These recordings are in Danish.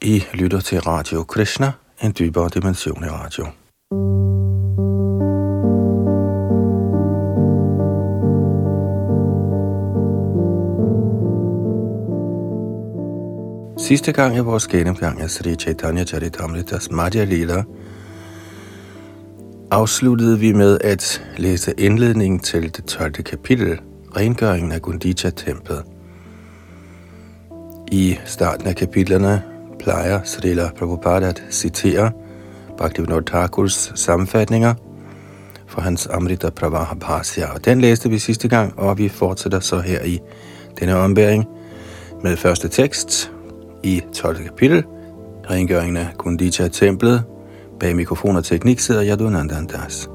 I lytter til Radio Krishna, en dybere dimension i radio. Sidste gang i vores gennemgang af Sri Chaitanya Charitamritas Madhya Lila afsluttede vi med at læse indledningen til det 12. kapitel, rengøringen af Gundicha-templet. I starten af kapitlerne plejer Srila Prabhupada at citere Bhaktivinoda Thakurs sammenfatninger fra hans Amrita Pravaha Bhasya. Og den læste vi sidste gang, og vi fortsætter så her i denne ombæring med første tekst i 12. kapitel, rengøringen af Gundicha-templet. Bag mikrofon og teknik sidder Yadunanda Das.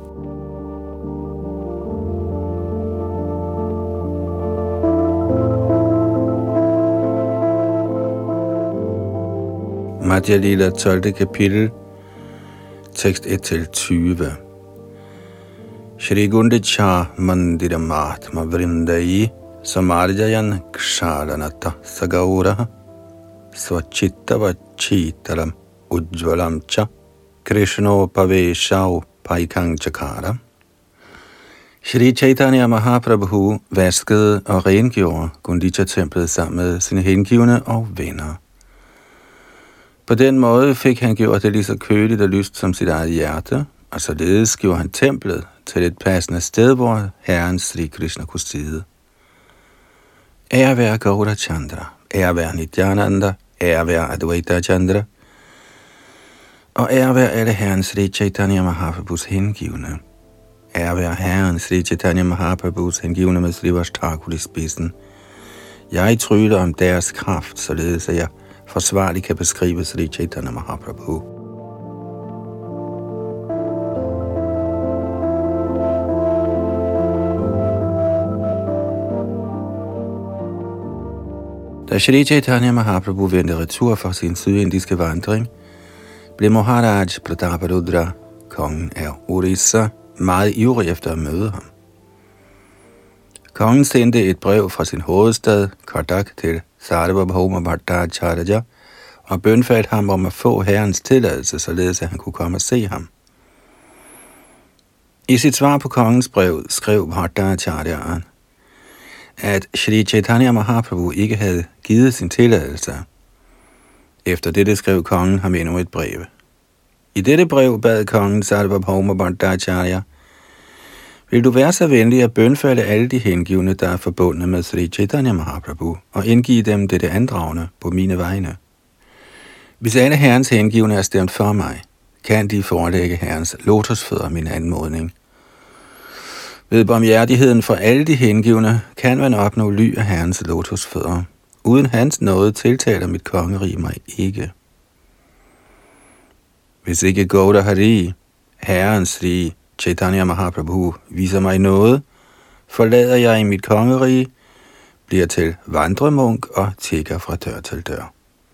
Madhya Lila 12. kapitel, tekst 1-20. Shri Gundicha Mandiram Mahatma Vrindai Samarjayan Kshalanata Sagauraha Svachittavachitalam Ujvalam Cha Krishno Paveshau Paikang Chakara. Shri Chaitanya Mahaprabhu vaskede og rengjorde Gundicha-templet sammen med sine hengivne og venner. På den måde fik han gjort det lige så køligt og lyst som sit eget hjerte, og således gjorde han templet til et passende sted, hvor Herren Sri Krishna kunne sidde. Ære være Gaura Chandra, ære være Nityananda, ære være Advaita Chandra, og ære være alle Herren Sri Chaitanya Mahaprabhus hengivne. Ære være Herren Sri Chaitanya Mahaprabhus hengivne med Srivas Thakur i spidsen. Jeg tryller om deres kraft, således at jeg forsvarligt kan beskrive Sri Chaitanya Mahaprabhu. Da Shri Chaitanya Mahaprabhu vendte retur fra sin sydindiske vandring, blev Maharaj Prataparudra, kongen af Orissa, meget ivrig efter at møde ham. Kongen sendte et brev fra sin hovedstad, Kardak, til Sarvabhauma Bhattacharya og bønfaldt ham om at få herrens tilladelse, således at han kunne komme og se ham. I sit svar på kongens brev skrev Bhattacharya, at Shri Chaitanya Mahaprabhu ikke havde givet sin tilladelse. Efter dette skrev kongen ham endnu et brev. I dette brev bad kongen Sarvabhauma Bhattacharya: vil du være så venlig at bønfalde alle de hengivne, der er forbundet med Sri Chaitanya Mahaprabhu, og indgive dem dette andragende på mine vegne. Hvis alle herrens hengivne er stemt for mig, kan de forelægge herrens lotusfødder min anmodning. Ved barmhjertigheden for alle de hengivne kan man opnå ly af herrens lotusfødder. Uden hans nåde tiltaler mit kongerige mig ikke. Hvis ikke Gauda Hari, herren Sri Chaitanya Mahaprabhu, viser mig noget, forlader jeg i mit kongerige, bliver til vandremunk og tigger fra dør til dør.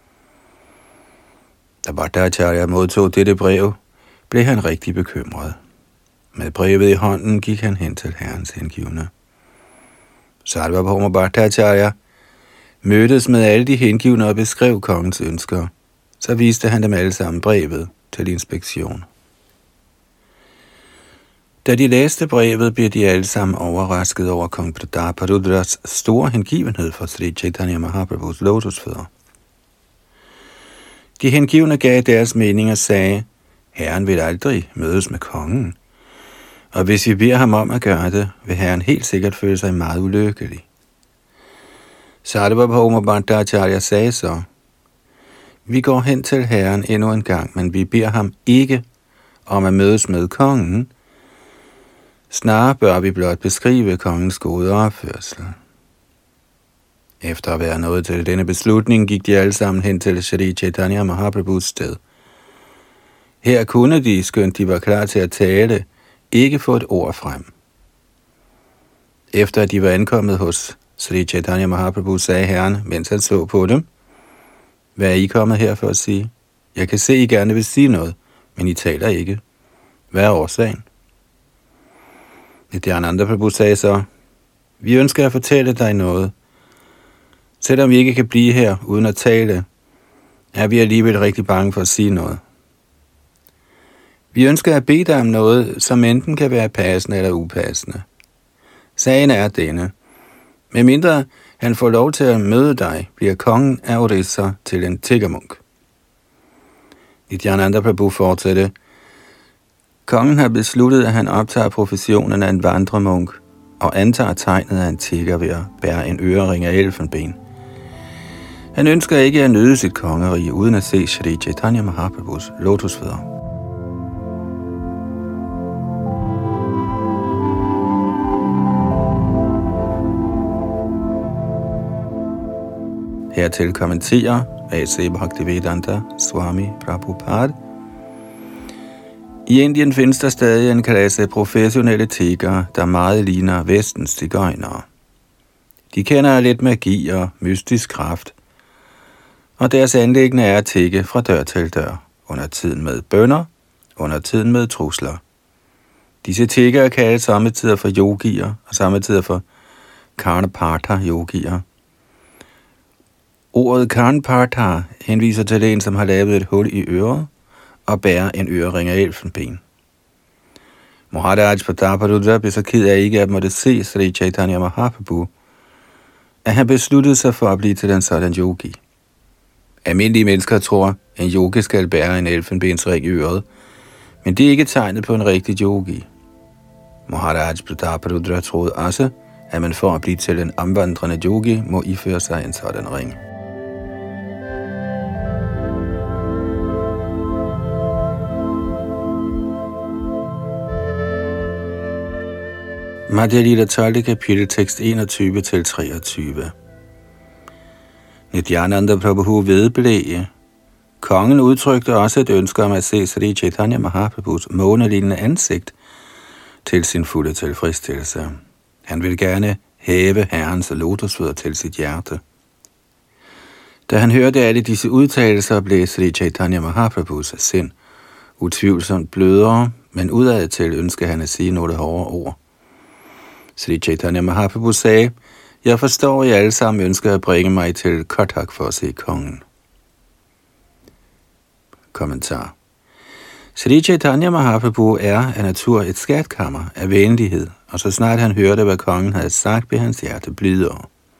Da Bhattacharya modtog dette brev, blev han rigtig bekymret. Med brevet i hånden gik han hen til herrens hengivne. Sarvabhauma Bhattacharya mødtes med alle de hengivne og beskrev kongens ønsker. Så viste han dem alle sammen brevet til inspektion. Da de læste brevet, blev de alle sammen overrasket over kong Prataparudras store hengivenhed for Sri Chaitanya Mahaprabhus lotusfødder. De hengivne gav deres mening og sagde: herren vil aldrig mødes med kongen, og hvis vi beder ham om at gøre det, vil herren helt sikkert føle sig meget ulykkelig. Sarvabhauma Bhattacharya sagde så: vi går hen til herren endnu en gang, men vi beder ham ikke om at mødes med kongen. Snarere bør vi blot beskrive kongens gode opførsel. Efter at være nået til denne beslutning, gik de alle sammen hen til Shri Chaitanya Mahaprabhus sted. Her kunne de, skønt de var klar til at tale, ikke få et ord frem. Efter at de var ankommet hos Sri Chaitanya Mahaprabhu, sagde herren, mens han så på dem: hvad er I kommet her for at sige? Jeg kan se, I gerne vil sige noget, men I taler ikke. Hvad er årsagen? Nityananda Prabhu sagde så: vi ønsker at fortælle dig noget. Selvom vi ikke kan blive her uden at tale, er vi alligevel rigtig bange for at sige noget. Vi ønsker at bede dig om noget, som enten kan være passende eller upassende. Sagen er denne. Medmindre han får lov til at møde dig, bliver kongen af Orissa til en tiggermunk. Nityananda Prabhu fortsætte. Kongen har besluttet, at han optager professionen af en vandremunk og antager tegnet af en tigger ved at bære en ørering af elfenben. Han ønsker ikke at nyde sit kongerige uden at se Shri Chaitanya Mahaprabhus lotusfødder. Hertil kommenterer A.C. Bhaktivedanta Swami Prabhupada. I Indien findes der stadig en klasse professionelle tiggere, der meget ligner vestens sigøjnere. De kender lidt magi og mystisk kraft, og deres anliggende er at tigge fra dør til dør, under tiden med bønner, under tiden med trusler. Disse tiggere kaldes sommetider for yogier, og sommetider for karnaparta yogier. Ordet karnaparta henviser til en, som har lavet et hul i øret og bærer en ørering af elfenben. Maharaj Prataparudra blev så ked af ikke at måtte se Sri Chaitanya Mahaprabhu, at han besluttede sig for at blive til en sådan yogi. Almindelige mennesker tror, at en yogi skal bære en elfenbensring i øret, men det er ikke tegnet på en rigtig yogi. Maharaj Prataparudra troede også, at man for at blive til en omvandrende yogi må iføre sig en sådan ring. Madhya Lila 12. kapitel, tekst 21-23. Nityananda Prabhu vedblev. Kongen udtrykte også et ønske om at se Sri Chaitanya Mahaprabhus månelignende ansigt til sin fulde tilfredsstillelse. Han ville gerne hæve herrens lotusfødder til sit hjerte. Da han hørte alle disse udtalelser, blev Sri Chaitanya Mahaprabhus sind utvivlsomt blødere, men udad til ønskede han at sige nogle hårde ord. Sri Chaitanya Mahaprabhu sagde, jeg forstår, at I alle sammen ønsker at bringe mig til Cuttack for at se kongen. Kommentar. Sri Chaitanya Mahaprabhu er af natur et skatkammer af venlighed, og så snart han hørte, hvad kongen havde sagt, blev hans hjerte blidere.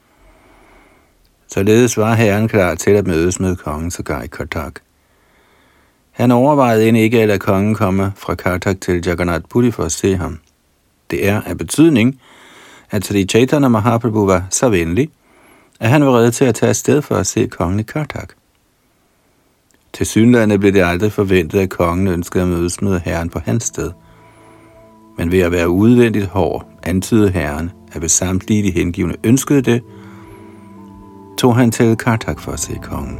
Således var herren klar til at mødes med kongen sågar i Cuttack. Han overvejede end ikke at lade kongen komme fra Cuttack til Jagannath Puri for at se ham. Det er af betydning, at Sri Chaitanya Mahaprabhu var så venlig, at han var rede til at tage afsted for at se kongen i Cuttack. Tilsyneladende blev det aldrig forventet, at kongen ønskede at mødes med herren på hans sted. Men ved at være udvendigt hård, antydede herren, at hvis samtlige de hengivne ønskede det, tog han til Cuttack for at se kongen.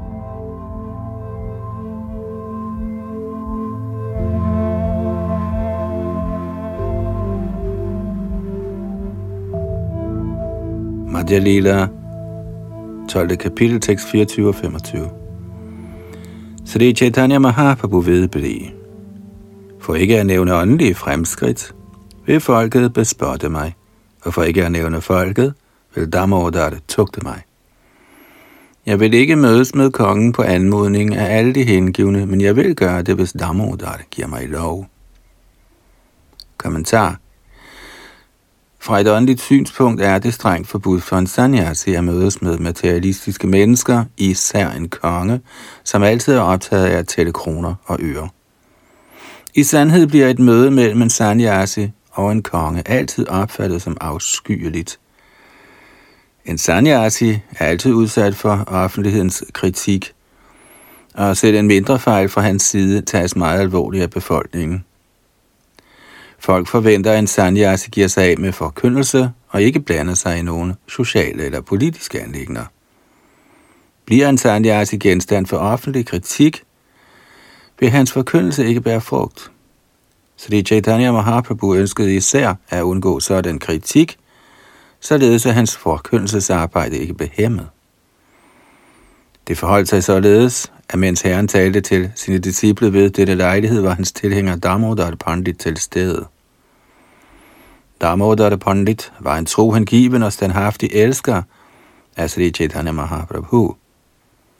Madhya Lila 12. kapitel, tekst 24 og 25. Sri Chaitanya Mahaprabhu vedblev. For ikke at nævne åndelige fremskridt, vil folket bespotte mig, og for ikke at nævne folket, vil Damodar tugte mig. Jeg vil ikke mødes med kongen på anmodning af alle de hengivne, men jeg vil gøre det, hvis Damodar giver mig lov. Kommentar. Fra et åndeligt synspunkt er det strengt forbudt for en sannyasi at mødes med materialistiske mennesker, især en konge, som altid er optaget af at tælle kroner og øre. I sandhed bliver et møde mellem en sannyasi og en konge altid opfattet som afskyeligt. En sannyasi er altid udsat for offentlighedens kritik, og selv en mindre fejl fra hans side tages meget alvorligt af befolkningen. Folk forventer, at en sannyasi giver sig af med forkyndelse og ikke blander sig i nogen sociale eller politiske anliggender. Bliver en sannyasi genstand for offentlig kritik, vil hans forkyndelse ikke bære frugt. Sri Chaitanya Mahaprabhu ønskede især at undgå sådan kritik, således at hans forkyndelsesarbejde ikke blev hæmmet. Det forholdt sig således, at mens herren talte til sine disciple ved dette lejlighed, var hans tilhænger Damodar Pandit til stede. Damodar Pandit var en trohengiven og standhaftig elsker af Sri Chaitanya Mahaprabhu.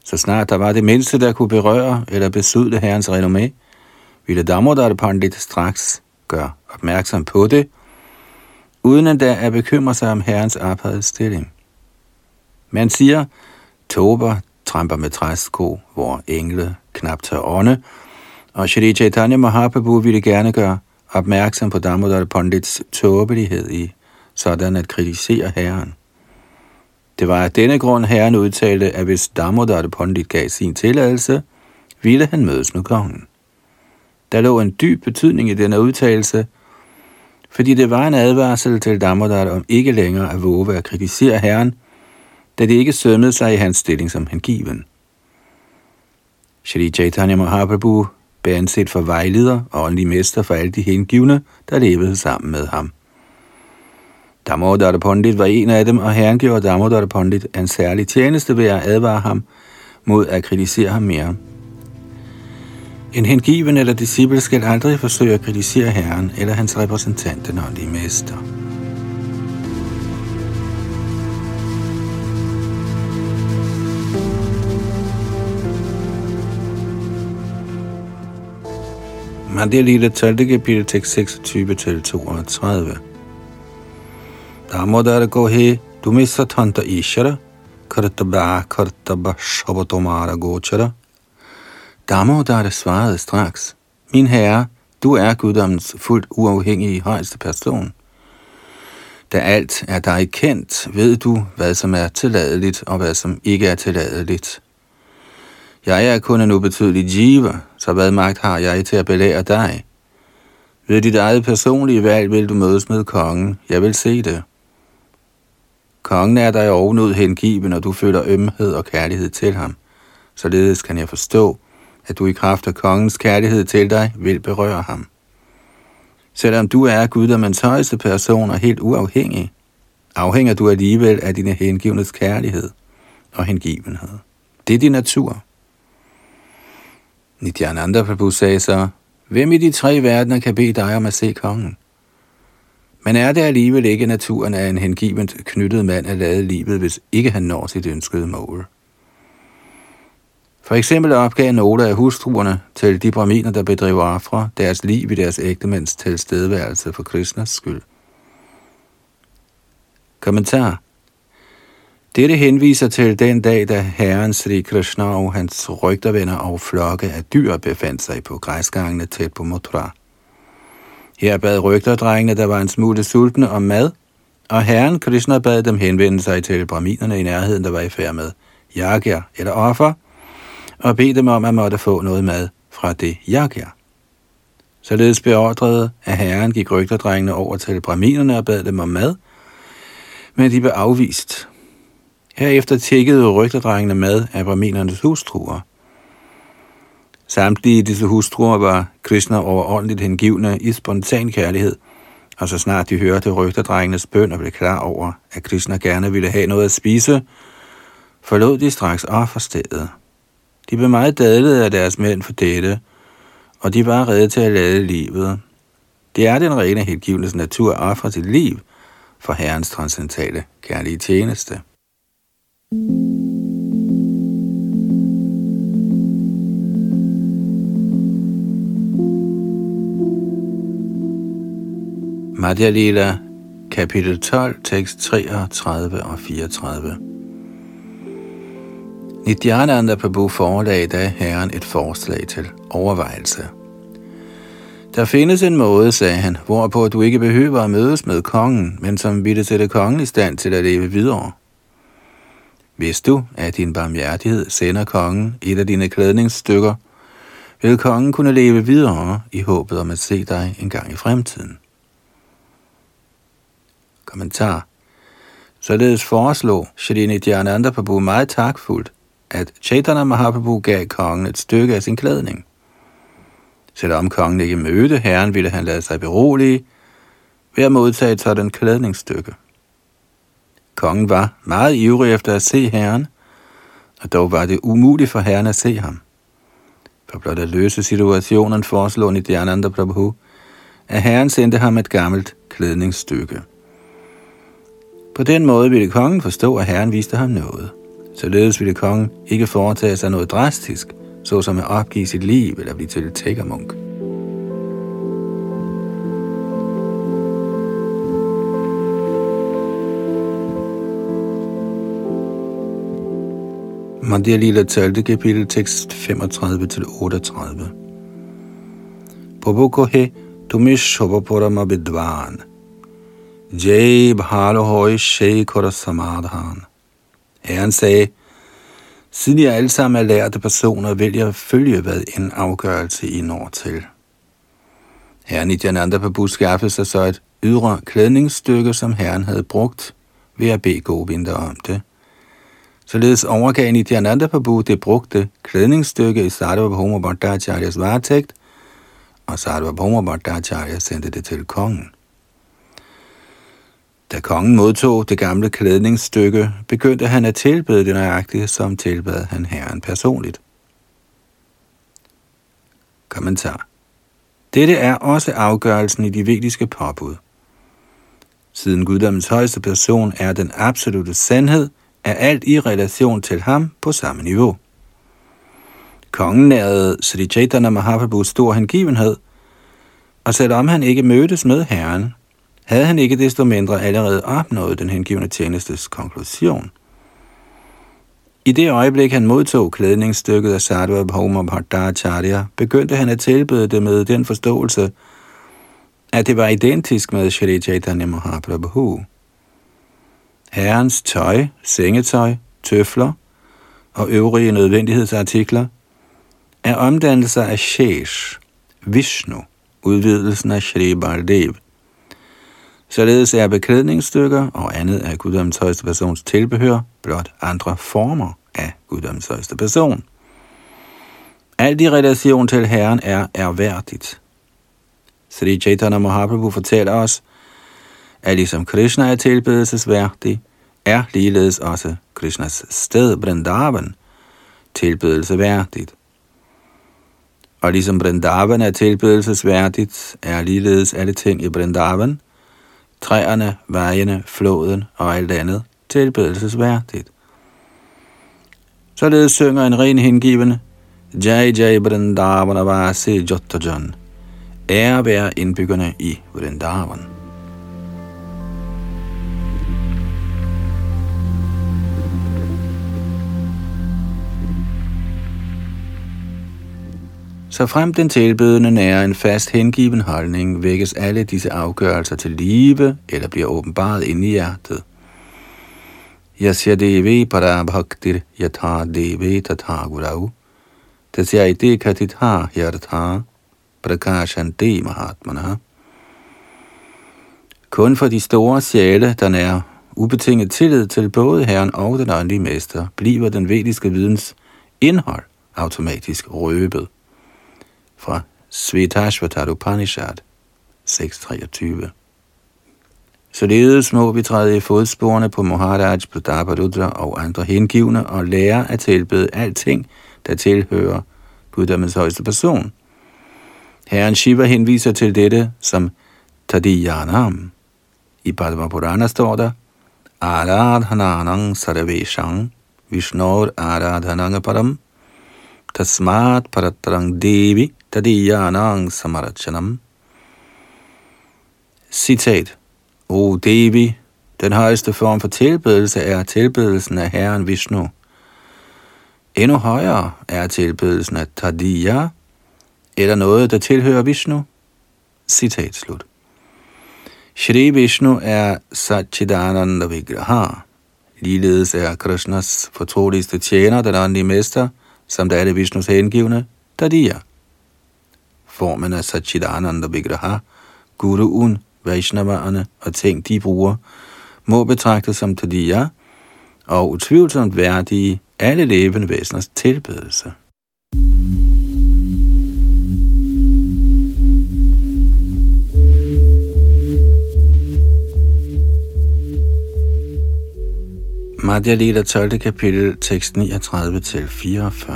Så snart der var det mindste, der kunne berøre eller besudle herrens renommé, ville Damodar Pandit straks gøre opmærksom på det, uden endda at bekymre sig om herrens arbejdsstilling. Man siger, tober tramper med træsko, hvor engle knap tør ånde, og Shri Chaitanya Mahaprabhu ville gerne gøre opmærksom på Damodar Pandits tåbelighed i sådan at kritisere herren. Det var af denne grund, herren udtalte, at hvis Damodar Pandit gav sin tilladelse, ville han mødes med kongen. Der lå en dyb betydning i denne udtalelse, fordi det var en advarsel til Damodar om ikke længere at våge at kritisere herren, da det ikke sømmede sig i hans stilling som hengiven. Shri Chaitanya Mahaprabhu blev anset for vejleder og åndelig mester for alle de hengivne, der levede sammen med ham. Damodar Pandit var en af dem, og herren gjorde Damodar Pandit en særlig tjeneste ved at advare ham mod at kritisere ham mere. En hengiven eller disciple skal aldrig forsøge at kritisere herren eller hans repræsentant, den åndelige mester. Madhya Lila 12. kapitel, tekst 26-32. Damodar Gohe Dumisatanta Ishara Kartaba Shabatomara Gochara. Damodar svarede straks: Min herre, du er guddommens fuldt uafhængige højeste person. Da alt er dig kendt, ved du, hvad som er tilladeligt og hvad som ikke er tilladeligt. Jeg er kun en ubetydelig jiva, så hvad magt har jeg til at belære dig? Ved dit eget personlige valg vil du mødes med kongen. Jeg vil se det. Kongen er dig ovenud hengiven, og du føler ømhed og kærlighed til ham. Således kan jeg forstå, at du i kraft af kongens kærlighed til dig vil berøre ham. Selvom du er guddommens højeste person og helt uafhængig, afhænger du alligevel af dine hengivnes kærlighed og hengivenhed. Det er din natur. Nityananda Prabhu sagde så: Hvem i de tre verdener kan bede dig om at se kongen? Men er det alligevel ikke naturen af en hengivent knyttet mand at lade livet, hvis ikke han når sit ønskede mål? For eksempel opgav nogle af hustruerne til de brahminer, der bedriver ofre, deres liv i deres ægtemænds tilstedeværelse for Krishnas skyld. Kommentar. Dette henviser til den dag, da herren Sri Krishna og hans rygtervenner og flokke af dyr befandt sig på græsgangene tæt på Mathura. Her bad rygterdrengene, der var en smule sultne, om mad, og herren Krishna bad dem henvende sig til brahminerne i nærheden, der var i færd med yagya eller offer, og bed dem om at måtte få noget mad fra det yagya. Således beordrede, at herren gik rygterdrengene over til brahminerne og bad dem om mad, men de blev afvist. Herefter tjekkede rygterdrengene mad af brahminernes hustruer. Samtlige disse hustruer var Krishna overordentligt hengivne i spontan kærlighed, og så snart de hørte rygterdrengenes bøn og blev klar over, at Krishna gerne ville have noget at spise, forlod de straks offerstedet. De blev meget dadlede af deres mænd for dette, og de var rede til at lade livet. Det er den rene hengivnes natur at ofre sit liv for herrens transcendentale kærlige tjeneste. Madhya Lila, kapitel 12, tekst 33 og 34. Nityananda Prabhu forelagde da herren et forslag til overvejelse. Der findes en måde, sagde han, hvorpå du ikke behøver at mødes med kongen, men som ville sætte kongen i stand til at leve videre. Hvis du af din barmhjertighed sender kongen et af dine klædningsstykker, vil kongen kunne leve videre i håbet om at se dig en gang i fremtiden. Kommentar. Således foreslog Shri Nityananda Prabhu meget takfuldt, at Chaitanya Mahaprabhu gav kongen et stykke af sin klædning. Selvom kongen ikke mødte herren, ville han lade sig berolige ved at modtage et sådan klædningsstykke. Kongen var meget ivrig efter at se herren, og dog var det umuligt for herren at se ham. For blot at løse situationen foreslog Nityananda Prabhu, at herren sendte ham et gammelt klædningsstykke. På den måde ville kongen forstå, at herren viste ham noget. Således ville kongen ikke foretage sig noget drastisk, såsom at opgive sit liv eller blive til tiggermunk. Madhya Lila 12. kapitel, tekst 35-38. Prabhu kohe tumish shobapurama vidvan. Jai bhalo hoi shei kora samadhan. Herren sagde, siden jeg alle sammen er lærte personer, vil jeg følge, hvad en afgørelse I når til. Herren Nityananda Prabhu skaffede sig så et ydre klædningsstykke, som herren havde brugt ved at bede Govinda om det. Således overgav Nityananda Prabhu det brugte klædningsstykke i Sarvabhauma Bhattacharyas varetægt, og Sarvabhauma Bhattacharya sendte det til kongen. Da kongen modtog det gamle klædningsstykke, begyndte han at tilbede det nøjagtige, som tilbad han herren personligt. Kommentar. Dette er også afgørelsen i de vediske påbud. Siden guddommens højeste person er den absolute sandhed, er alt i relation til ham på samme niveau. Kongen nærede Sri Chaitanya Mahaprabhus stor hengivenhed, og selvom han ikke mødtes med herren, havde han ikke desto mindre allerede opnået den hengivne tjenestes konklusion. I det øjeblik, han modtog klædningsstykket af Sarvabhauma Bhattacharya, begyndte han at tilbede det med den forståelse, at det var identisk med Shri Chaitanya Mahaprabhu. Herrens tøj, sengetøj, tøfler og øvrige nødvendighedsartikler er omdannelser af Shesh, Vishnu, udvidelsen af Shri Baldev. Således er beklædningsstykker og andet af guddommens højeste persons tilbehør blot andre former af guddommens højeste person. Alt i relation til herren er ærværdigt. Sri Chaitanya Mahaprabhu fortæller os, at ligesom Krishna er tilbedelsesværdig, er ligeledes også Krishnas sted, Vrindavan, tilbedelsesværdigt. Og ligesom Vrindavan er tilbedelsesværdigt, er ligeledes alle ting i Vrindavan, træerne, vejene, floden og alt andet tilbedelsesværdigt. Således synger en ren hengivende, Jai Jai Vrindavana Jottajan, ære være indbyggerne i Vrindavan. Så frem den tilbedende nærer en fast hengiven holdning, vækkes alle disse afgørelser til live eller bliver åbenbaret inde i hjertet. Yasya devi parabhaktir yatha devi tatha gurau tasyaite katitha yartha prakashanti mahatmana. Kun for de store sjæle, der nærer ubetinget tillid til både herren og den åndelige mester, bliver den vediske videns indhold automatisk røbet. Fra Svetashvatara Upanishad 6.23. Således må vi træde i fodsporene på Maharaj, Prataparudra og andre hengivne og lære at tilbede alting, der tilhører guddommens højeste person. Herren Shiva henviser til dette som Tadiyanam. I Padma Purana står der, Aradhananang Sarveshang Vishnor Aradhanang Param Tasmat Paratrang Devi Tadiyanang Samarachanam. Citat. O Devi, den højeste form for tilbedelse er tilbedelsen af herren Vishnu. Endnu højere er tilbedelsen af Tadiya, eller noget, der tilhører Vishnu. Citat slut. Shri Vishnu er Satchidananda Vigraha. Ligeledes er Krishnas fortroligste tjener, den åndelige mester, samt alle Vishnus hengivne, Tadiya. Formen af Satchidananda Vigraha, Guruen, Vaishnavaerne og ting, de bruger, må betragtes som Tadiya, og utvivlsomt værdige alle levende væseners tilbedelse. Madhya Lila 12. kapitel, tekst 39-44.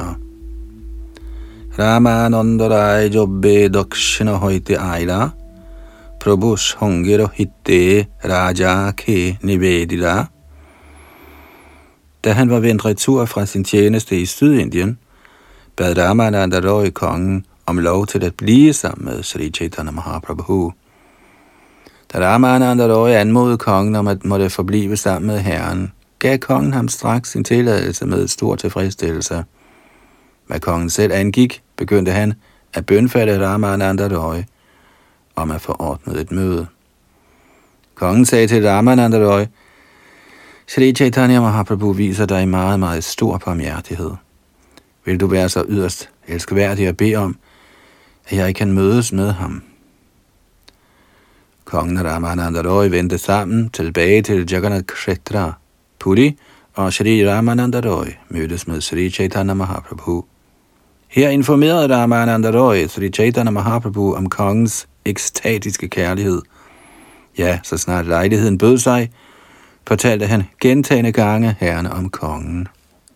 Ramanandarai jobbe dakshina hoite aila, Prabhush hongero hitte raja ke nivedida. Da han var vendt retur fra sin tjeneste i Sydindien, bad Ramananda Roy kongen om lov til at blive sammen med Sri Chaitanya Mahaprabhu. Da Ramananda Roy anmodede kongen om at måtte forblive sammen med herren, gav kongen ham straks sin tilladelse med stor tilfredsstillelse. Hvad kongen selv angik, begyndte han at bønfalde Ramananda Roy om at få ordnet et møde. Kongen sagde til Ramananda Roy: Sri Chaitanya Mahaprabhu viser dig meget, meget stor barmhjertighed. Vil du være så yderst elskværdig at bede om, at jeg kan mødes med ham? Kongen og Ramananda Roy vendte sammen tilbage til Jagannath Kshetra, Puri, og Shri Ramananda Roy mødtes med Sri Chaitanya Mahaprabhu. Her informerede Ramananda Roy Sri Chaitanya Mahaprabhu om kongens ekstatiske kærlighed. Ja, så snart lejligheden bød sig, fortalte han gentagne gange herren om kongen.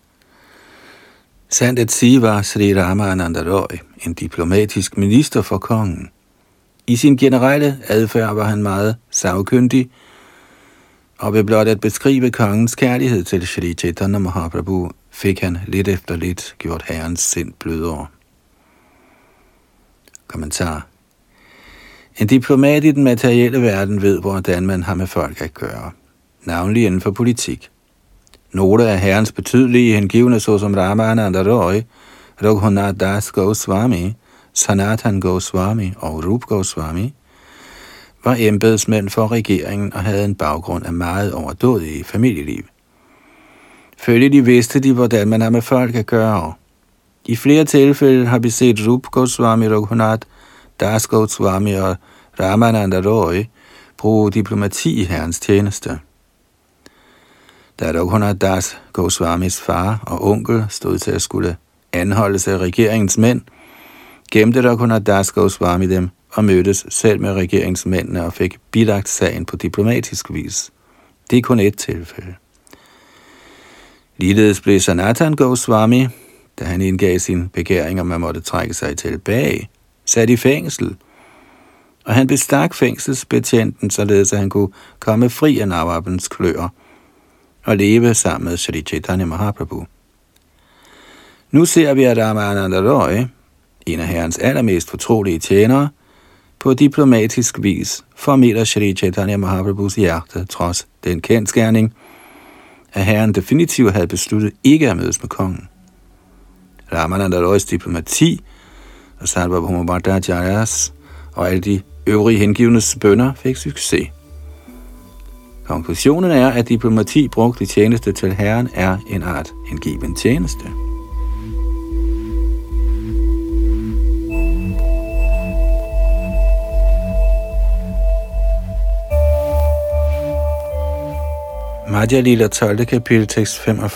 Sandt at sige var Sri Ramananda Roy en diplomatisk minister for kongen. I sin generelle adfærd var han meget sagkyndig, og ved blot at beskrive kongens kærlighed til Sri Chaitanya Mahaprabhu, fik han lidt efter lidt gjort herrens sind blødere. Kommentar. En diplomat i den materielle verden ved, hvordan man har med folk at gøre, navnlig inden for politik. Nogle af herrens betydelige hengivne, såsom Ramananda Roy, Raghunath Das Goswami, Sanatan Goswami og Rup Goswami, var embedsmænd for regeringen og havde en baggrund af meget overdådige familieliv. Følgelig vidste de, hvordan man har med folk at gøre. I flere tilfælde har vi set Rup Goswami, Raghunath Das Goswami og Ramananda Roy bruge diplomati i herrens tjeneste. Da Raghunath Das Goswamis far og onkel stod til at skulle anholdes af regeringens mænd, gemte Raghunath Das Goswami dem og mødtes selv med regeringsmændene og fik bilagt sagen på diplomatisk vis. Det er kun et tilfælde. Ligeledes blev Sanatan Goswami, da han indgav sin begæring om at måtte trække sig tilbage, sat i fængsel, og han bestak fængselsbetjenten, således at han kunne komme fri af Nawabens kløer og leve sammen med Sri Chaitanya Mahaprabhu. Nu ser vi, at Ramananda Roy, en af herrens allermest fortrolige tjenere, på diplomatisk vis formidler Sri Chaitanya Mahaprabhus hjerte, trods den kendsgerning, at herren definitivt havde besluttet ikke at mødes med kongen. Ramananda Roys diplomati og Sarvabhauma Bhattacharya's og alle de øvrige hengivnes bønner fik succes. Konklusionen er, at diplomati brugt i tjeneste til herren er en art hengiven tjeneste. Madhya Lila 12. kapitel, tekst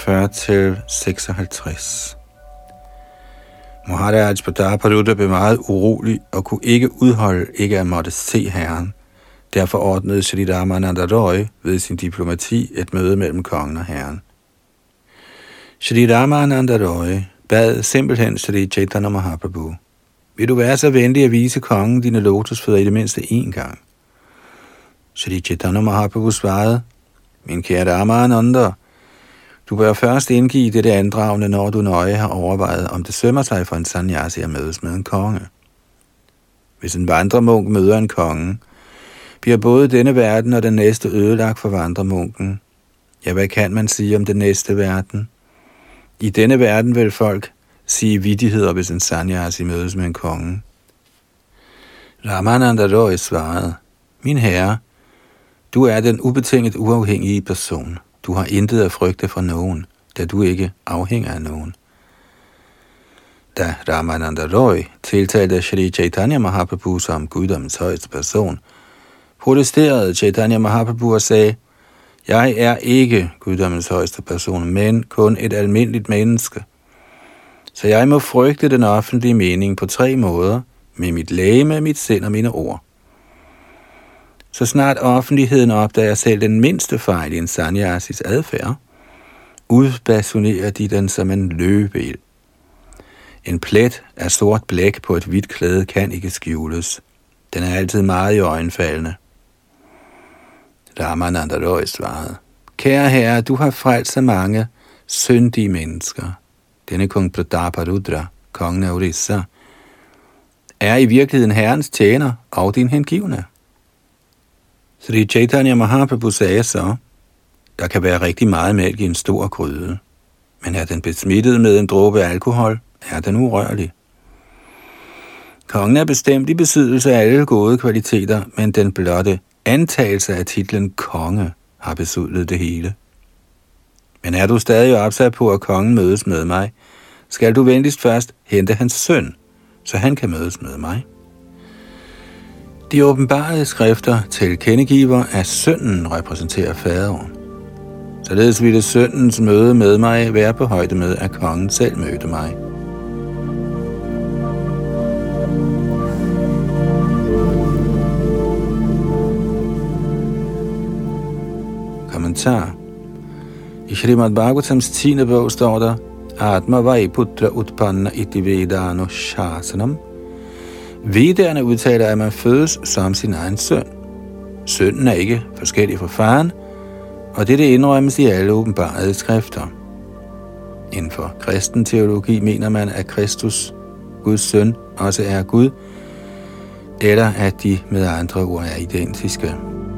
45-56. Maharaj Pratapadatta blev meget urolig og kunne ikke udholde ikke at måtte se herren. Derfor ordnede Sri Ramananda Roy ved sin diplomati et møde mellem kongen og herren. Sri Ramananda Roy bad simpelthen Sri Chaitanya Mahaprabhu: vil du være så venlig at vise kongen dine lotusfødder i det mindste én gang? Sri Chaitanya Mahaprabhu svarede: min kære Ramananda, du bør først indgive dette andragende, når du nøje har overvejet, om det sømmer sig for en sannyasi at mødes med en konge. Hvis en vandremunk møder en konge, bliver både denne verden og den næste ødelagt for vandremunken. Ja, hvad kan man sige om den næste verden? I denne verden vil folk sige vittigheder, hvis en sannyasi mødes med en konge. Ramananda Roy svarede: min herre, du er den ubetinget uafhængige person. Du har intet at frygte fra nogen, da du ikke afhænger af nogen. Da Ramananda Roy tiltalte Sri Chaitanya Mahaprabhu som guddommens højeste person, protesterede Chaitanya Mahaprabhu og sagde: jeg er ikke guddommens højeste person, men kun et almindeligt menneske. Så jeg må frygte den offentlige mening på 3 måder, med mit legeme, mit sind og mine ord. Så snart offentligheden opdager selv den mindste fejl i en sannyasis adfærd, udbasunerer de den som en løbeild. En plet af sort blæk på et hvidt klæde kan ikke skjules. Den er altid meget iøjnefaldende. Ramananda Roy svarede: kære herre, du har frelst så mange, syndige mennesker. Denne kong Prataparudra, kongen af Orissa, er i virkeligheden Herrens tjener og din hengivne. Sri Chaitanya Mahaprabhu sagde så, der kan være rigtig meget mælk i en stor gryde, men er den besmittet med en dråbe alkohol, er den urørlig. Kongen er bestemt i besiddelse af alle gode kvaliteter, men den blotte antagelse af titlen konge har besudlet det hele. Men er du stadig opsat på, at kongen mødes med mig, skal du venligst først hente hans søn, så han kan mødes med mig. De åbenbarede skrifter tilkendegiver, at sønnen repræsenterer faderen. Således ville sønnens møde med mig være på højde med, at kongen selv mødte mig. Kommentar. I Srimad Bhagavatams 10. bog står der, Atma Vaiputra Utpanna iti Vedano Shasanam. Vedderne udtaler, at man fødes som sin egen søn. Sønnen er ikke forskellig fra faren, og dette indrømmes i alle åbenbarede skrifter. Inden for kristen teologi mener man, at Kristus, Guds søn, også er Gud, eller at de med andre ord er identiske.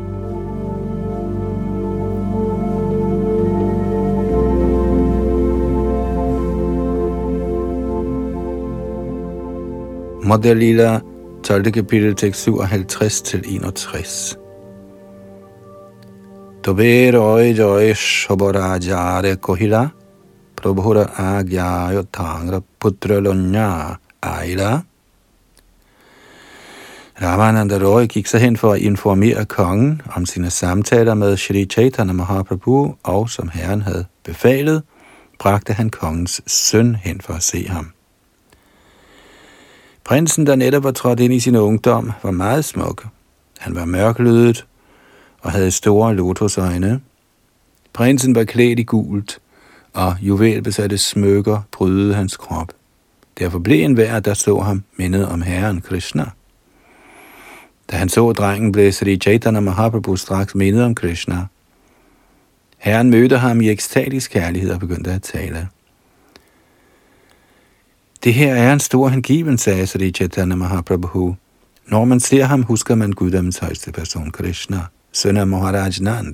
Madhya Lila, 12. kapitel, tekst 57-61. Tobe roi joi shoborajare kohila, prabhura agyayo tangra putra lonya aila. Ramananda Roy gik så hen for at informere kongen om sine samtaler med Shri Chaitanya Mahaprabhu, og som herren havde befalet, bragte han kongens søn hen for at se ham. Prinsen, der netop var trådt ind i sin ungdom, var meget smuk. Han var mørklødet og havde store lotusøjne. Prinsen var klædt i gult, og juvelbesatte smykker prydede hans krop. Derfor blev enhver, der så ham, mindet om Herren Krishna. Da han så drengen, blev Sri Chaitanya Mahaprabhu straks mindet om Krishna. Herren mødte ham i ekstatisk kærlighed og begyndte at tale. Det her er en stor hengiven, sagde Sri Chaitanya Mahaprabhu. Når man ser ham, husker man guddommens højeste person, Krishna, søn af Maharaj Nand.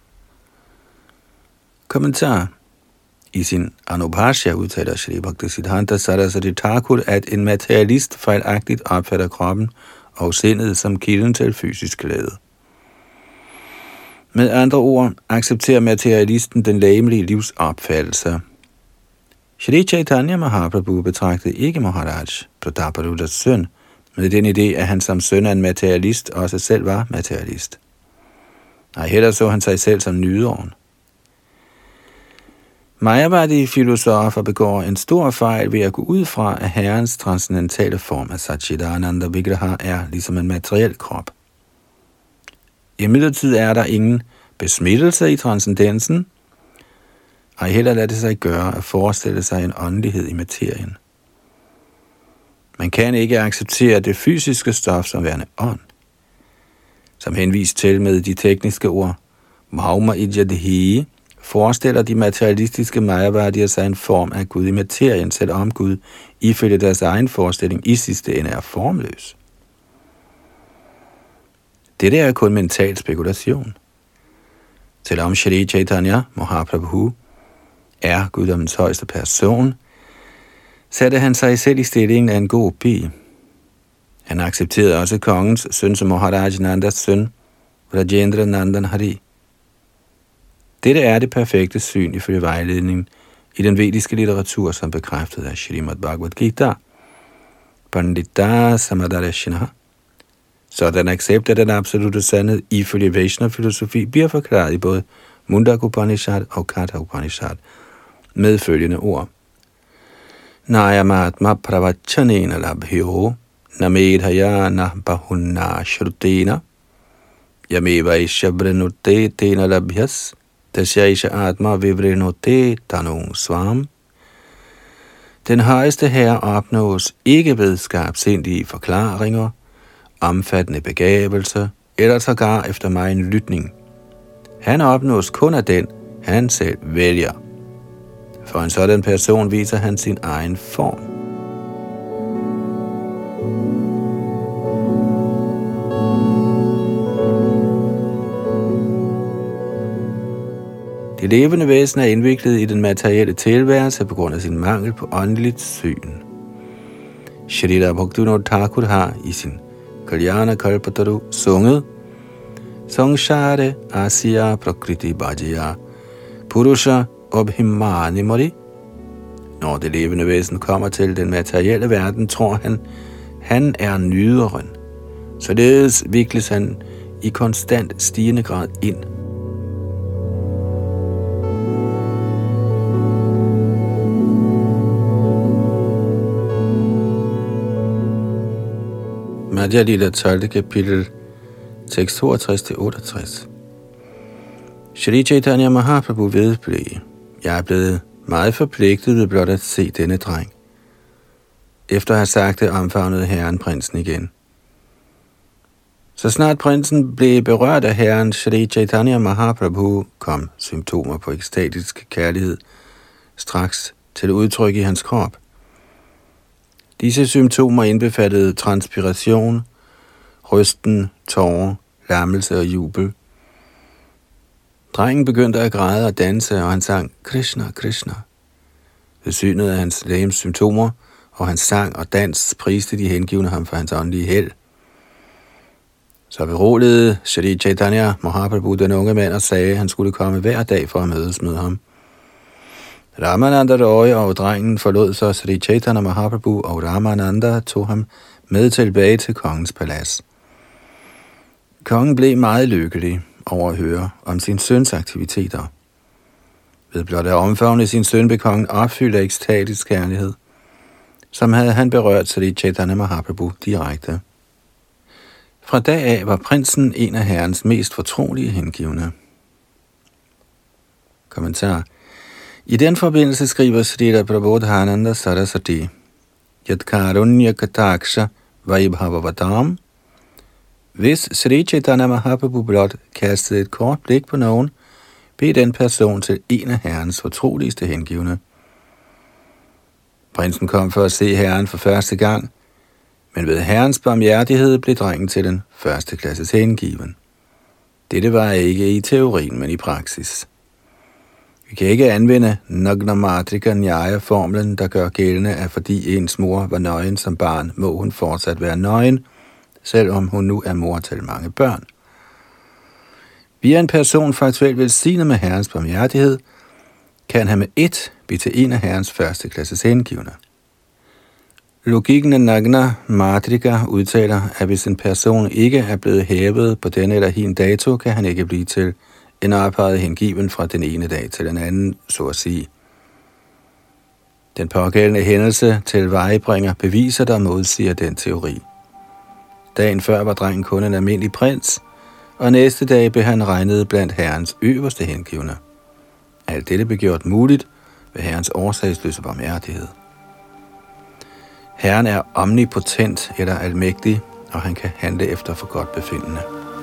Kommentar. I sin Anubhashya udtaler Shri Bhaktisiddhanta Saraswati Thakur, at en materialist fejlagtigt opfatter kroppen og sindet som kilden til fysisk glæde. Med andre ord accepterer materialisten den legemlige livsopfattelse. Shri Chaitanya Mahaprabhu betragtede ikke Maharaj Prataparudras søn, med den idé, at han som søn af en materialist også selv var materialist. Nej, heller så han sig selv som nyderen. Mayavadi-filosofer begår en stor fejl ved at gå ud fra, at herrens transcendentale form af Satchidananda Vigraha er ligesom en materiel krop. Imidlertid er der ingen besmittelse i transcendensen, og heller lader det sig gøre at forestille sig en åndelighed i materien. Man kan ikke acceptere det fysiske stof som værende ånd. Som henvist til med de tekniske ord, Bhauma Ijadhi, forestiller de materialistiske mayavadier sig en form af Gud i materien, selvom Gud ifølge deres egen forestilling i sidste ende er formløs. Dette er kun mental spekulation. Selvom Shri Chaitanya Mahaprabhu er guddommens højeste person, satte han sig selv i stillingen af en god bi. Han accepterede også kongens søn som Maharaj Nandas søn, Rajendra Nandan Hari. Dette er det perfekte syn ifølge vejledningen i den vediske litteratur, som bekræftet af Srimad Bhagavad Gita. Pandita Samadarashina. Sådan accept af den absolute sandhed ifølge Vaishnava-filosofi bliver forklaret i både Mundaka Upanishad og Katha Upanishad med følgende ord. Nayamatma pravachanena labhyo namedhayana bahunna shrutena yameva ishabrenutte tena labhyas tasyaisha atma vivrenutte tanung svam. Den højeste herre opnås ikke ved skarpsindige forklaringer, omfattende begavelse eller sågar efter megen lytning. Han opnås kun af den, han selv vælger. For en sådan person viser han sin egen form. De levende væsen er indviklet i den materielle tilværelse på grund af sin mangel på åndeligt syn. Shrila Bhaktivinoda Thakur har i sin Kalyana Kalpataru sunget Samsare Asya Prakriti Bhajya Purusha Abhimani Mori. Når det levende væsen kommer til den materielle verden, tror han er nyderen. Således vikles han i konstant stigende grad ind. Madhya Lila 12. kapitel, tekst 62-68. Shri Chaitanya Mahaprabhu vedblev: Jeg er blevet meget forpligtet ved blot at se denne dreng. Efter at have sagt det, omfavnede herren prinsen igen. Så snart prinsen blev berørt af herren Shri Chaitanya Mahaprabhu, kom symptomer på ekstatisk kærlighed straks til udtryk i hans krop. Disse symptomer indbefattede transpiration, rysten, tårer, lammelse og jubel. Drengen begyndte at græde og danse, og han sang Krishna, Krishna. Ved synet af hans legems symptomer og hans sang og dans priste de hengivne ham for hans åndelige held. Så beroligede Shri Chaitanya Mahaprabhu den unge mand og sagde, at han skulle komme hver dag for at mødes med ham. Ramananda Roy og drengen forlod så Shri Chaitanya Mahaprabhu, og Ramananda tog ham med tilbage til kongens palads. Kongen blev meget lykkelig over at høre om sin søns aktiviteter. Ved blot at omfavne sin søn blev kongen opfyldt af ekstatisk kærlighed, som havde han berørt Shri Chaitanya Mahaprabhu direkte. Fra dag af var prinsen en af herrens mest fortrolige hengivne. Kommentar. I den forbindelse skriver Srila Prabodhananda Saraswati: Yat karunya kataksha vaibhavavatam. Hvis Sri Chaitanya Mahaprabhu blot kastede et kort blik på nogen, blev den person til en af herrens fortroligste hengivne. Prinsen kom for at se herren for første gang, men ved herrens barmhjertighed blev drengen til den første klasses hengiven. Dette var ikke i teorien, men i praksis. Vi kan ikke anvende Nagna Matrika Nyaya-formlen, der gør gældende, at fordi ens mor var nøgen som barn, må hun fortsat være nøgen, selvom hun nu er mor til mange børn. Via en person faktuelt velsignet med herrens barmhjertighed, kan han med ét blive til en af herrens første klasses hengivne. Logikken af Nagna Matrika udtaler, at hvis en person ikke er blevet hævet på denne eller hin dato, kan han ikke blive til en ophøjet hengiven fra den ene dag til den anden, så at sige. Den pågældende hændelse til vejebringer beviser, der modsiger den teori. Dagen før var drengen kun en almindelig prins, og næste dag blev han regnet blandt herrens øverste hengivne. Alt dette blev gjort muligt ved herrens årsagsløse barmhjertighed. Herren er omnipotent eller almægtig, og han kan handle efter for godt befindende.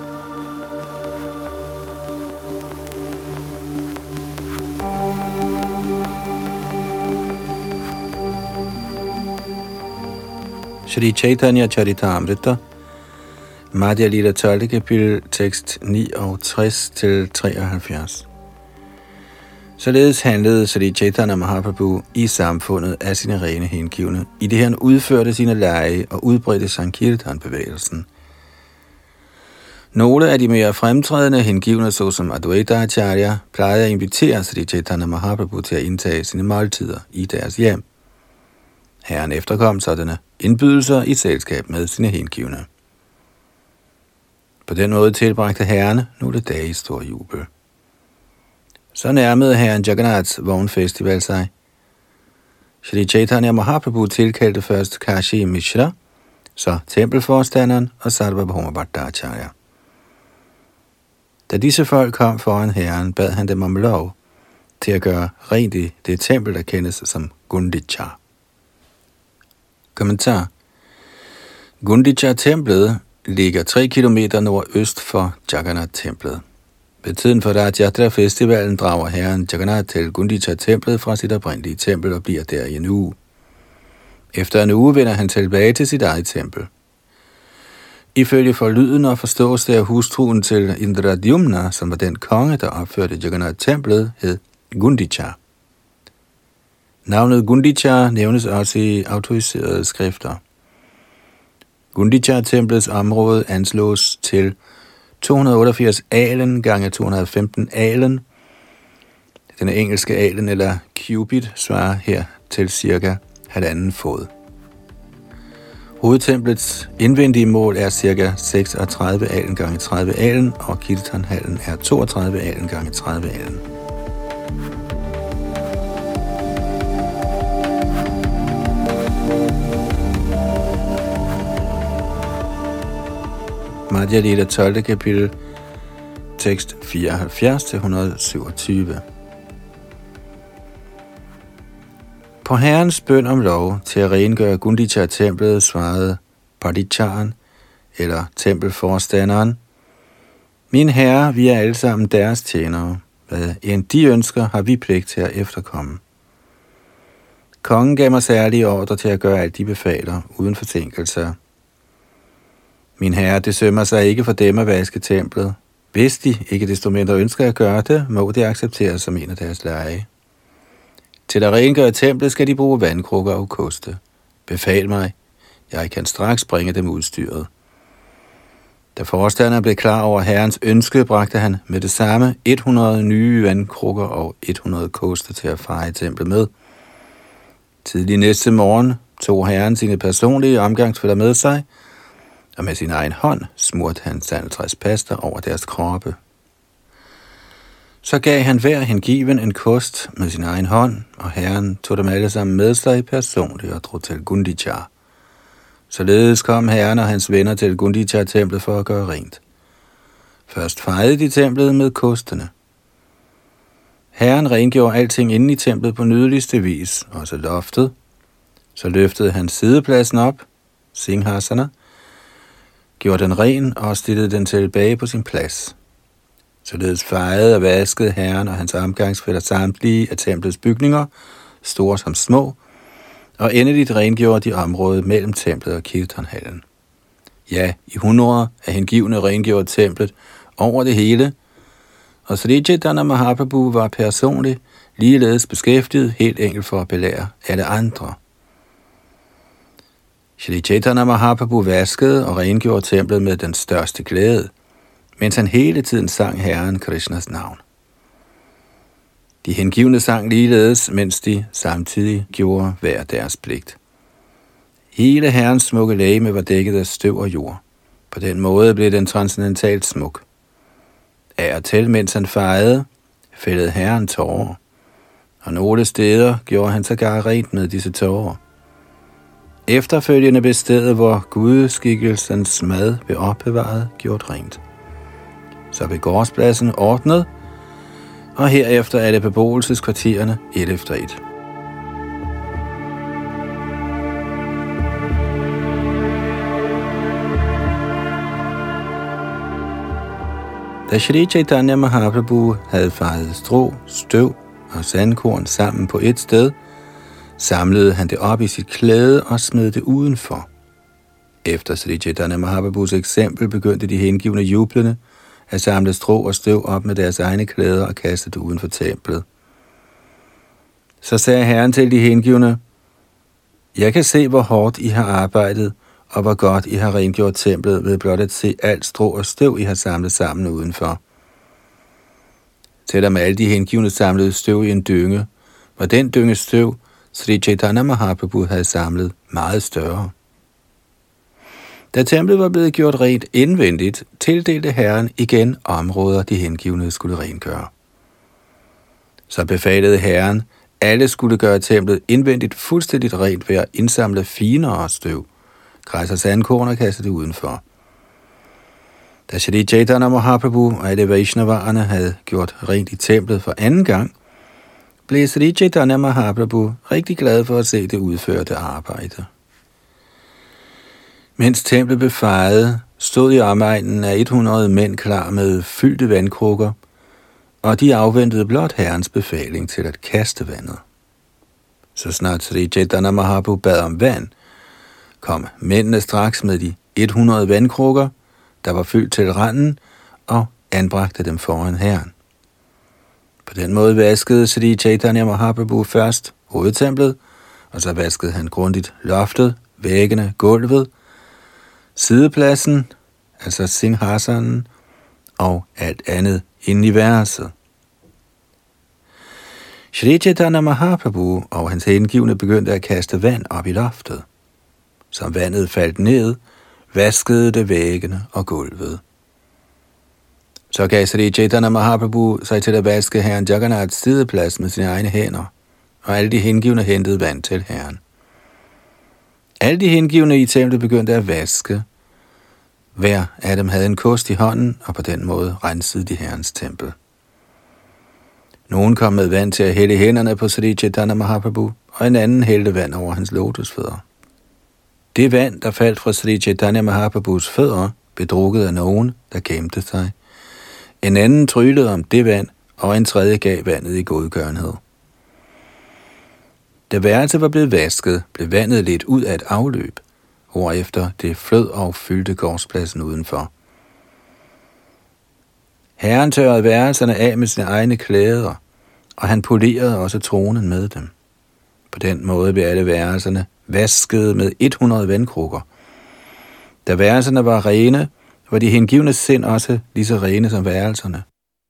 Shri Chaitanya Charitamrita, Madhya Lila 12. kapitel, tekst 69-73. Således handlede Shri Chaitanya Mahaprabhu i samfundet af sine rene hengivne, i det han udførte sine lege og udbredte Sankirtan-bevægelsen. Nogle af de mere fremtrædende hengivne, såsom Advaita Acharya, plejede at invitere Shri Chaitanya Mahaprabhu til at indtage sine måltider i deres hjem. Herren efterkom sådanne indbydelser i selskab med sine hengivne. På den måde tilbragte herrene nogle dage i stor jubel. Så nærmede herren Jagannaths vognfestival sig. Shri Chaitanya Mahaprabhu tilkaldte først Kashi Mishra, så tempelforstanderen og Sarvabhauma Bhattacharya. Da disse folk kom foran herren, bad han dem om lov til at gøre rent i det tempel, der kendes som Gundicha. Kommentar. Gundicha-templet ligger 3 kilometer nordøst for Jagannath-templet. Ved tiden for Rath-yatra-festivalen drager herren Jagannath til Gundicha-templet fra sit oprindelige tempel og bliver der i en uge. Efter en uge vender han tilbage til sit eget tempel. Ifølge forlyden og forstås det af hustruen til Indradyumna, som var den konge, der opførte Jagannath-templet, hed Gundicha. Navnet Gundicha nævnes også i autoriserede skrifter. Gundicha-templets område anslås til 288 alen gange 215 alen. Den engelske alen eller cubit svarer her til cirka 1,5 fod. Hovedtemplets indvendige mål er ca. 36 alen gange 30 alen, og kirtanhallen er 32 alen gange 30 alen. Madhya Lila 12. kapitel, tekst 74-127. På herrens bøn om lov til at rengøre Gundicha-templet svarede Padicharen, eller tempelforstanderen: Min herre, vi er alle sammen deres tjenere. Hvad end de ønsker, har vi pligt til at efterkomme. Kongen gav mig særlige ordre til at gøre alt de befaler, uden forsinkelser. Min herre, det sømmer sig ikke for dem at vaske templet. Hvis de ikke desto mindre ønsker at gøre det, må det accepteres som en af deres lege. Til at rengøre templet skal de bruge vandkrukker og koste. Befal mig. Jeg kan straks bringe dem udstyret. Da forstanderen blev klar over herrens ønske, bragte han med det samme 100 nye vandkrukker og 100 koste til at feje templet med. Tidlig næste morgen tog herren sine personlige omgangsfæller med sig, og med sin egen hånd smurte han sandeltræspaster over deres kroppe. Så gav han hver hengiven en kost med sin egen hånd, og herren tog dem alle sammen med sig personligt og drog til Gundicha. Således kom herren og hans venner til Gundicha-templet for at gøre rent. Først fejede de templet med kostene. Herren rengjorde alting inde i templet på nydeligste vis, også loftet. Så løftede han sidepladsen op, Singhasana, gjorde den ren og stillede den tilbage på sin plads. Således fejede og vaskede herren og hans omgangsfæller samtlige af templets bygninger, store som små, og endeligt rengjorde de området mellem templet og kirtanhallen. Ja, i 100 af hengivne rengjorde templet over det hele, og Sri Chaitanya Mahaprabhu var personligt ligeledes beskæftiget helt enkelt for at belære alle andre. Sri Chaitanya Mahaprabhu vaskede og rengjorde templet med den største glæde, mens han hele tiden sang Herren Krishnas navn. De hengivne sang ligeledes, mens de samtidig gjorde hver deres pligt. Hele Herrens smukke legeme var dækket af støv og jord. På den måde blev den transcendentalt smuk. Af og til, mens han fejede, fældede Herren tårer, og nogle steder gjorde han sågar rent med disse tårer. Efterfølgende blev stedet, hvor gudskikkelsens mad blev opbevaret, gjort rent. Så blev gårdspladsen ordnet, og herefter alle beboelseskvartererne et efter et. Da Shri Chaitanya Mahaprabhu havde fejet strå, støv og sandkorn sammen på et sted, samlede han det op i sit klæde og smed det udenfor. Efter Shri Chaitanya Mahaprabhus eksempel begyndte de hengivne jublende at samle strå og støv op med deres egne klæder og kaste det uden for templet. Så sagde herren til de hengivne: Jeg kan se, hvor hårdt I har arbejdet, og hvor godt I har rengjort templet ved blot at se alt strå og støv, I har samlet sammen udenfor. Selvom alle de hengivne samlede støv i en dynge, var den dynge støv, Sri Chaitanya Mahaprabhu havde samlet, meget større. Da templet var blevet gjort rent indvendigt, tildelte herren igen områder, de hengivne skulle rengøre. Så befalede herren, alle skulle gøre templet indvendigt fuldstændigt rent ved at indsamle finere støv, græs og sandkorn og kaste det udenfor. Da Shri Chaitanya Mahaprabhu og alle Vaishnavarerne havde gjort rent i templet for anden gang, blev Shri Chaitanya Mahaprabhu rigtig glad for at se det udførte arbejde. Mens templet blev fejet, stod i omegnen af 100 mænd klar med fyldte vandkrukker, og de afventede blot herrens befaling til at kaste vandet. Så snart Sri Chaitanya Mahaprabhu bad om vand, kom mændene straks med de 100 vandkrukker, der var fyldt til randen, og anbragte dem foran herren. På den måde vaskede Sri Chaitanya Mahaprabhu først hovedtemplet, og så vaskede han grundigt loftet, væggene, gulvet, sidepladsen, altså singhasanen, og alt andet inde i værelset. Shri Chaitanya Mahaprabhu og hans hengivne begyndte at kaste vand op i loftet. Som vandet faldt ned, vaskede det væggene og gulvet. Så gav Shri Chaitanya Mahaprabhu sig til at vaske herren Jagannaths sideplads med sine egne hænder, og alle de hengivne hentede vand til herren. Alle de hengivne i templet begyndte at vaske. Hver af dem havde en kost i hånden, og på den måde rensede de herrens tempel. Nogen kom med vand til at hælde hænderne på Sri Chaitanya Mahaprabhu, og en anden hældte vand over hans lotusfødder. Det vand, der faldt fra Sri Chaitanya Mahaprabhus fødder, blev drukket af nogen, der gemte sig. En anden tryllede om det vand, og en tredje gav vandet i godgørenhed. Da værelset var blevet vasket, blev vandet ledt ud af et afløb, hvorefter det flød og fyldte gårdspladsen udenfor. Herren tørrede værelserne af med sine egne klæder, og han polerede også tronen med dem. På den måde blev alle værelserne vasket med 100 vandkrukker. Da værelserne var rene, var de hengivne sind også lige så rene som værelserne.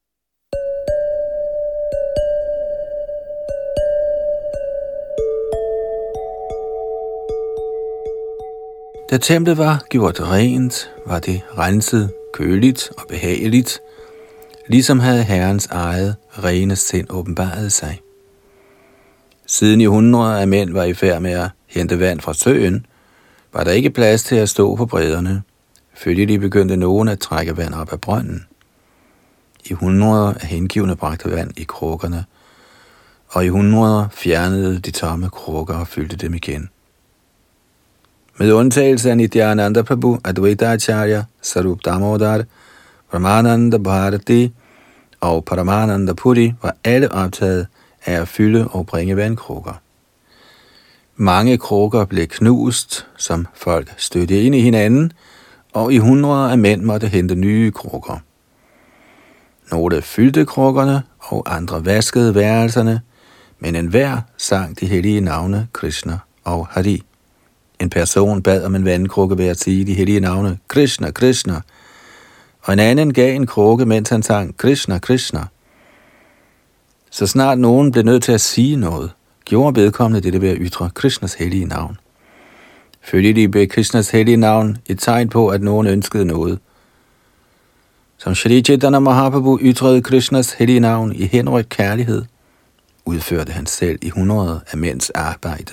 Da templet var gjort rent, var det renset, køligt og behageligt, ligesom havde herrens eget rene sind åbenbaret sig. Siden i 100 af mænd var i færd med at hente vand fra søen, var der ikke plads til at stå på bredderne. Følgelig begyndte nogen at trække vand op af brønden. I 100 af hengivne bragte vand i krukkerne, og i 100 fjernede de tomme krukker og fyldte dem igen. Med undtagelse af Nityananda Prabhu, Advaita Acharya, Sarup Damodar, Brahmananda Bharati og Paramananda Puri var alle optaget af at fylde og bringe vandkrukker. Mange krukker blev knust, som folk stødte ind i hinanden, og i 100 af mænd måtte hente nye krukker. Nogle fyldte krukkerne, og andre vaskede værelserne, men enhver sang de hellige navne Krishna og Hari. En person bad om en vandkrukke ved at sige de hellige navne Krishna, Krishna, og en anden gav en krukke, mens han sang Krishna, Krishna. Så snart nogen blev nødt til at sige noget, gjorde vedkommende dette ved at ytre Krishnas hellige navn. Følgelig blev Krishnas hellige navn et tegn på, at nogen ønskede noget. Som Shri Chaitanya Mahaprabhu ytrede Krishnas hellige navn i henrykt kærlighed, udførte han selv i 100 af mænds arbejde.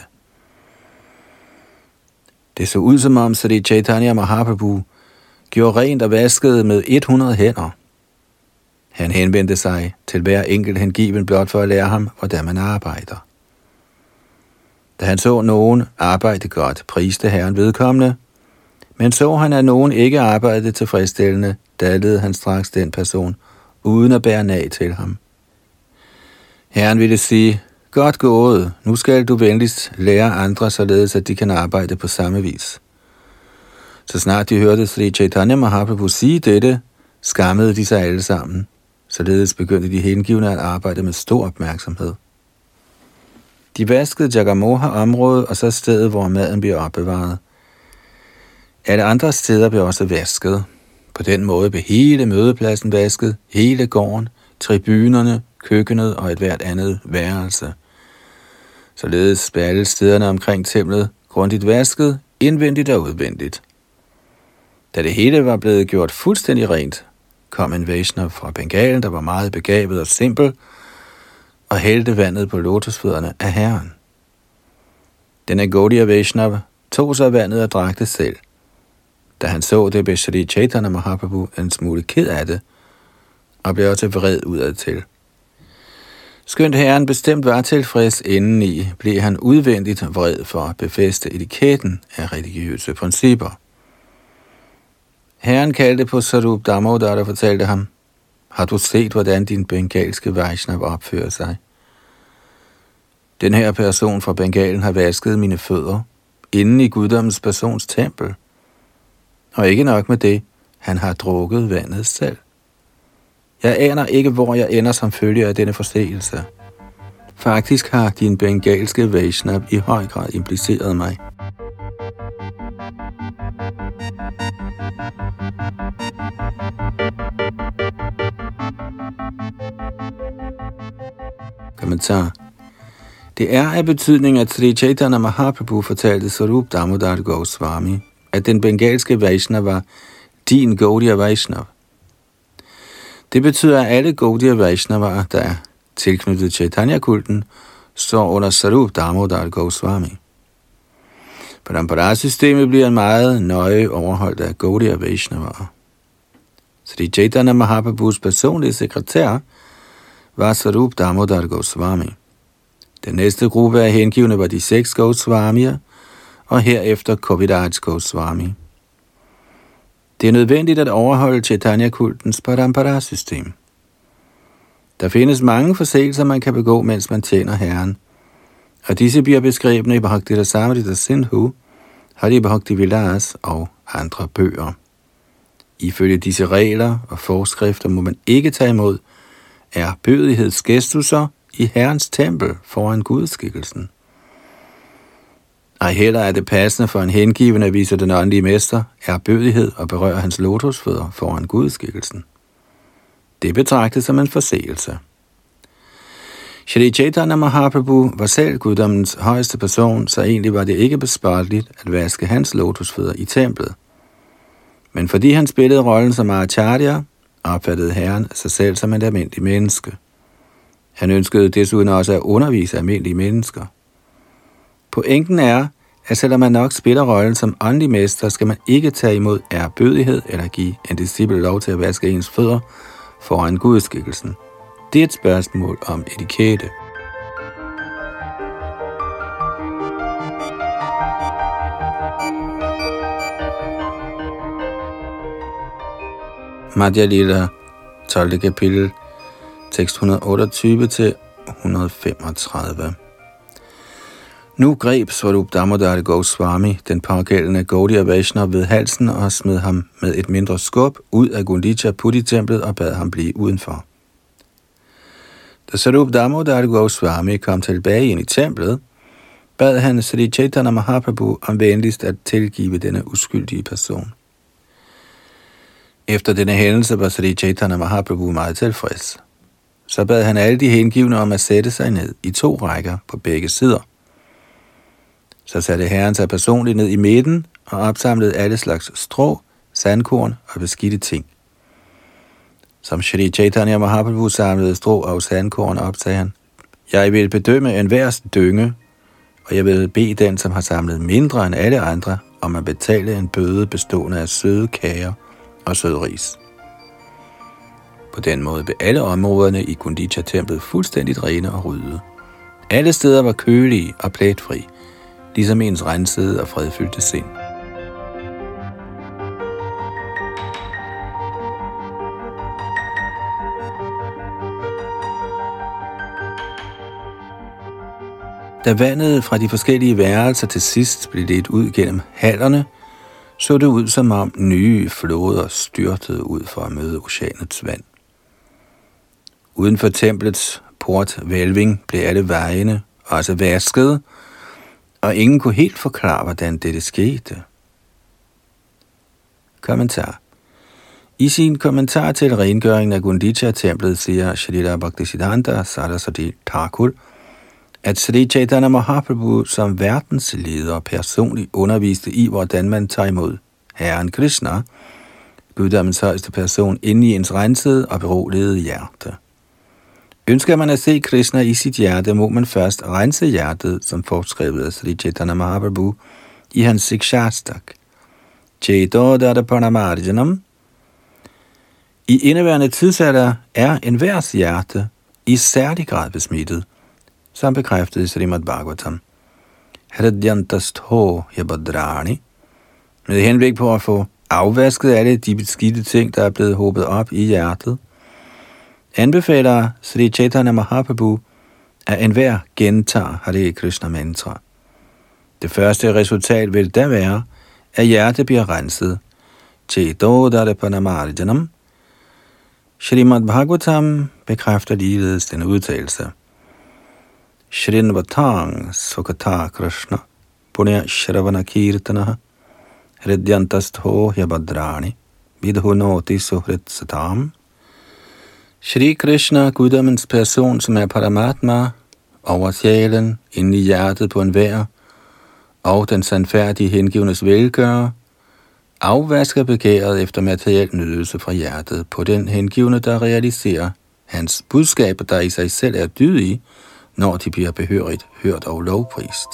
Det så ud som om Sri Chaitanya Mahaprabhu gjorde rent og vaskede med 100 hænder. Han henvendte sig til hver enkelt hengiven blot for at lære ham, hvordan man arbejder. Da han så nogen arbejde godt, priste herren vedkommende, men så han, at nogen ikke arbejdede tilfredsstillende, dallede han straks den person, uden at bære nag til ham. Herren ville sige, godt gået, nu skal du venligst lære andre, således at de kan arbejde på samme vis. Så snart de hørte Sri Chaitanya Mahaprabhu sige dette, skammede de sig alle sammen. Således begyndte de hengivne at arbejde med stor opmærksomhed. De vaskede Jagamoha-området og så stedet, hvor maden bliver opbevaret. Alle andre steder blev også vasket. På den måde blev hele mødepladsen vasket, hele gården, tribunerne, køkkenet og et hvert andet værelse. Således blev alle stederne omkring templet grundigt vasket, indvendigt og udvendigt. Da det hele var blevet gjort fuldstændig rent, kom en Vaishnav fra Bengalen, der var meget begavet og simpel, og hældte vandet på lotusfødderne af herren. Denne Gaudiya Vaishnav tog sig vandet og drak det selv. Da han så det, blev Shri Chaitanya Mahaprabhu en smule ked af det, og blev også vred udadtil. Skønt herren bestemt var tilfreds indeni, blev han udvendigt vred for at befæste etiketten af religiøse principper. Herren kaldte på Sarup Damodar og fortalte ham, Har du set, hvordan din bengalske Vaishnav opfører sig? Den her person fra Bengalen har vasket mine fødder inde i guddommens persons tempel. Og ikke nok med det, han har drukket vandet selv. Jeg aner ikke, hvor jeg ender som følge af denne forseelse. Faktisk har din bengalske Vaishnav i høj grad impliceret mig. Kommentar. Det er af betydning, at Sri Chaitanya Mahaprabhu fortalte Sarup Damodar Goswami, at den bengalske Vaishnav var din Gaudiya Vaishnav. Det betyder, at alle Gaudiya Vaishnavaer, der er tilknyttet Chaitanya-kulten, står under Sarup Damodar Goswami. Parampara-systemet bliver meget nøje overholdt af Gaudiya Vaishnavaer. Sri Chaitanya Mahaprabhus personlige sekretær var Sarup Damodar Goswami. Den næste gruppe af hengivne var de 6 Goswamier, og herefter Kaviraj Goswami. Det er nødvendigt at overholde Chaitanya-kultens parampara-system. Der findes mange forseelser, man kan begå, mens man tjener Herren, og disse bliver beskrevet i Bhakti Rasamrita Sindhu, Hari Bhakti Vilas og andre bøger. Ifølge disse regler og forskrifter må man ikke tage imod ærbødighedsgestusser i Herrens tempel foran gudskikkelsen. Ej heller er det passende for en hengivende at vise den åndelige mester ærbødighed og berøre hans lotusfødder foran gudskikkelsen. Det betragtes som en forseelse. Shri Chaitanya Mahaprabhu var selv guddommens højeste person, så egentlig var det ikke besparteligt at vaske hans lotusfødder i templet. Men fordi han spillede rollen som Acharya, opfattede Herren sig selv som et almindeligt menneske. Han ønskede desuden også at undervise almindelige mennesker. Pointen er, at selvom man nok spiller rollen som åndelig mester, skal man ikke tage imod ærbødighed eller give en disciple lov til at vaske ens fødder foran gudskikkelsen. Det er et spørgsmål om etikette. Madhya Lila, 12. kapitel, tekst 128-135. Nu greb Swarup Damodar Goswami den pågældende Gaudiya Vaishnav ved halsen og smed ham med et mindre skub ud af Gundicha Putti-templet og bad ham blive udenfor. Da Swarup Damodar Goswami kom tilbage ind i templet, bad han Sri Chaitanya Mahaprabhu om venligst at tilgive denne uskyldige person. Efter denne hændelse var Sri Chaitanya Mahaprabhu meget tilfreds. Så bad han alle de hengivne om at sætte sig ned i 2 rækker på begge sider. Så satte Herren sig personligt ned i midten og opsamlede alle slags strå, sandkorn og beskidte ting. Som Shri Chaitanya Mahaprabhu samlede strå og sandkorn op, sagde han: Jeg vil bedømme enhver dynge, og jeg vil bede den, som har samlet mindre end alle andre, om at betale en bøde bestående af søde kager og sød ris. På den måde blev alle områderne i Gundicha-templet fuldstændigt rene og rydde. Alle steder var kølige og pletfri, ligesom ens rensede og fredfyldte sind. Da vandet fra de forskellige værelser til sidst blev ledt ud gennem hallerne, så det ud som om nye floder styrtede ud for at møde oceanets vand. Uden for templets portvælving blev alle vejene også vasket, og ingen kunne helt forklare, hvordan dette skete. Kommentar. I sin kommentar til rengøringen af Gundicha-templet siger Shrila Bhaktisiddhanta Saraswati Thakur, at Sri Chaitanya Mahaprabhu som verdensleder personligt underviste i, hvordan man tager imod Herren Krishna, guddommens højeste person, inde i ens rensede og beroligede hjerte. Ønsker man at se Krishna i sit hjerte, må man først rense hjertet, som foreskrevet af Sri Chaitanya Mahaprabhu i hans Sikshastak. Cheto dada panamarjanam. I indeværende tidsalder er enhvers hjerte i særlig grad besmittet, som bekræftet i Srimad Bhagavatam. Hridyantastho yabadrani. Med henblik på at få afvasket alle de beskidte ting, der er blevet hobet op i hjertet, anbefaler Sri Chaitanya Mahaprabhu, at enhver gentager Hare Krishna mantra. Det første resultat vil da være, at hjertet bliver renset. Cheto Darapanamarijanam. Srimad Bhagavatam bekræfter ligeledes denne udtalelse. Shrinvatang Sukata Krishna Punya Shravana Kirtana Hridyantastho Hyabadrani Vidhunoti Suhrit Satam. Shri Krishna, guddommens person, som er Paramatma, over sjælen, inde i hjertet på enhver, og den sandfærdige hengivnes velgører, afvasker begæret efter materiel nydelse fra hjertet på den hengivne, der realiserer hans budskaber, der i sig selv er dydige, når de bliver behørigt hørt og lovprist.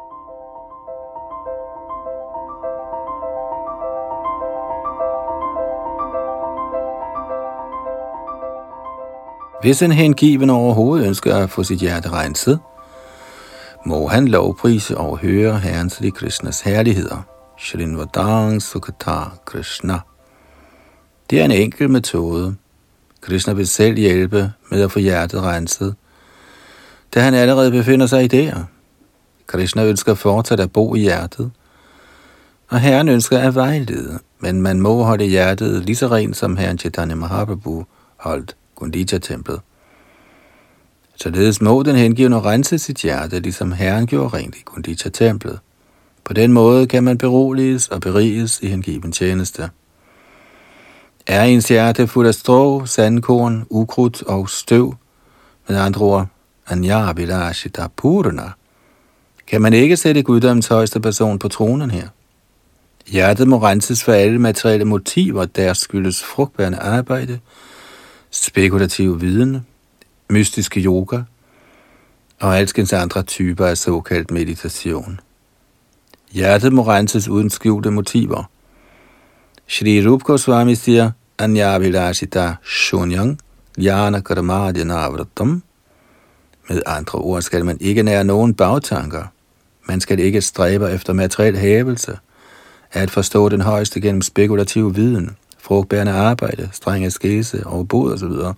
Hvis en hengiven overhovedet ønsker at få sit hjerte renset, må han lovprise og høre Herren Sri Krishnas herligheder. Shrinvatang Sukata Krishna. Det er en enkel metode. Krishna vil selv hjælpe med at få hjertet renset, da han allerede befinder sig i der. Krishna ønsker fortsat at bo i hjertet, og Herren ønsker at vejlede, men man må holde hjertet lige så rent, som Herren Chaitanya Mahaprabhu holdt Gundicha-templet. Således må den hengivne rense sit hjerte, ligesom Herren gjorde rent i Gundicha-templet. På den måde kan man beroliges og beriges i hengiven tjeneste. Er ens hjerte fuld af strå, sandkorn, ukrudt og støv, med andre ord, Anyavilashita Purna, kan man ikke sætte guddommens højeste person på tronen her. Hjertet må renses for alle materielle motiver, der skyldes frugtbærende arbejde, spekulativ viden, mystiske yoga og alskens andre typer af såkaldt meditation. Hjertet må renses uden skjulte motiver. Shri Rupa Goswami siger, Anyavilashita Shunyang Jnana Karmadyanavratam. Med andre ord skal man ikke nære nogen bagtanker. Man skal ikke stræbe efter materiel hævelse, at forstå den højeste gennem spekulativ viden, frugtbærende arbejde, streng askese og bod osv.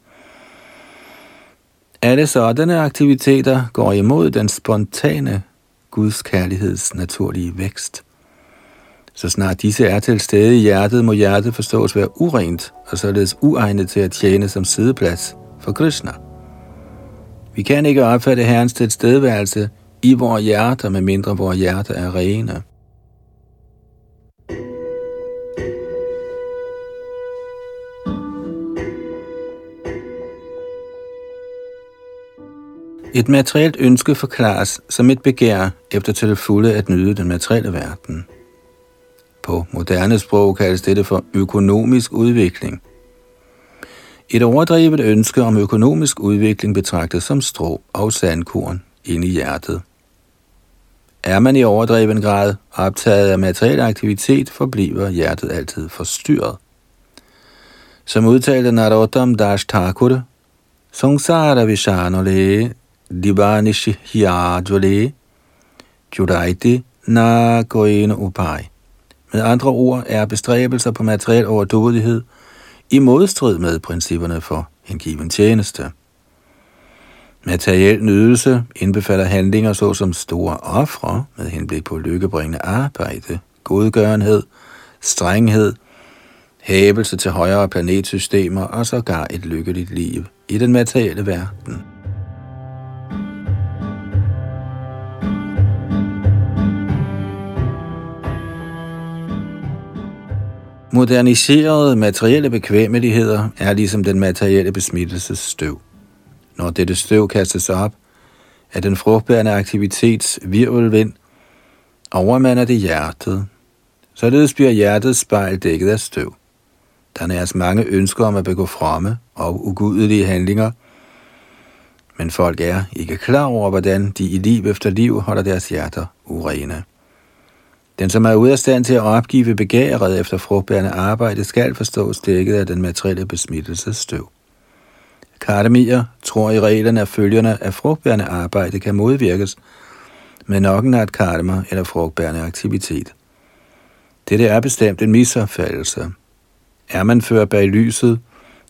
Alle sådanne aktiviteter går imod den spontane Guds kærligheds naturlige vækst. Så snart disse er til stede i hjertet, må hjertet forstås være urent og således uegnet til at tjene som siddeplads for Krishna. Vi kan ikke opfatte Herrens tilstedeværelse i vores hjerter, medmindre vores hjerter er rene. Et materielt ønske forklares som et begær efter til det fulde at nyde den materielle verden. På moderne sprog kaldes dette for økonomisk udvikling. Et overdrevet ønske om økonomisk udvikling betragtes som strå og sandkorn inde i hjertet. Er man i overdreven grad optaget af materiel aktivitet, forbliver hjertet altid forstyrret. Som udtalte Narottam Das Thakur, Sangsara Vishanole Divanishi Hyajvale Judaiti Na Goene Upai. Med andre ord er bestræbelser på materiel overdådighed i modstrid med principperne for hengiven tjeneste. Materiel nydelse indbefatter handlinger såsom store ofre med henblik på lykkebringende arbejde, godgørenhed, strenghed, hævelse til højere planetsystemer og sågar et lykkeligt liv i den materielle verden. Moderniserede materielle bekvemmeligheder er ligesom den materielle besmittelses støv. Når dette støv kastes op, er den frugtbærende aktivitets virvelvind, overmander det hjertet. Således bliver hjertets spejl dækket af støv. Der næres mange ønsker om at begå fromme og ugudelige handlinger, men folk er ikke klar over, hvordan de i liv efter liv holder deres hjerter urene. Den, som er ude af stand til at opgive begæret efter frugtbærende arbejde, skal forstås dækket af den materielle besmittelses støv. Akademier tror i reglerne, at følgerne af frugtbærende arbejde kan modvirkes med nok en art karma eller frugtbærende aktivitet. Dette er bestemt en misopfattelse. Er man ført bag lyset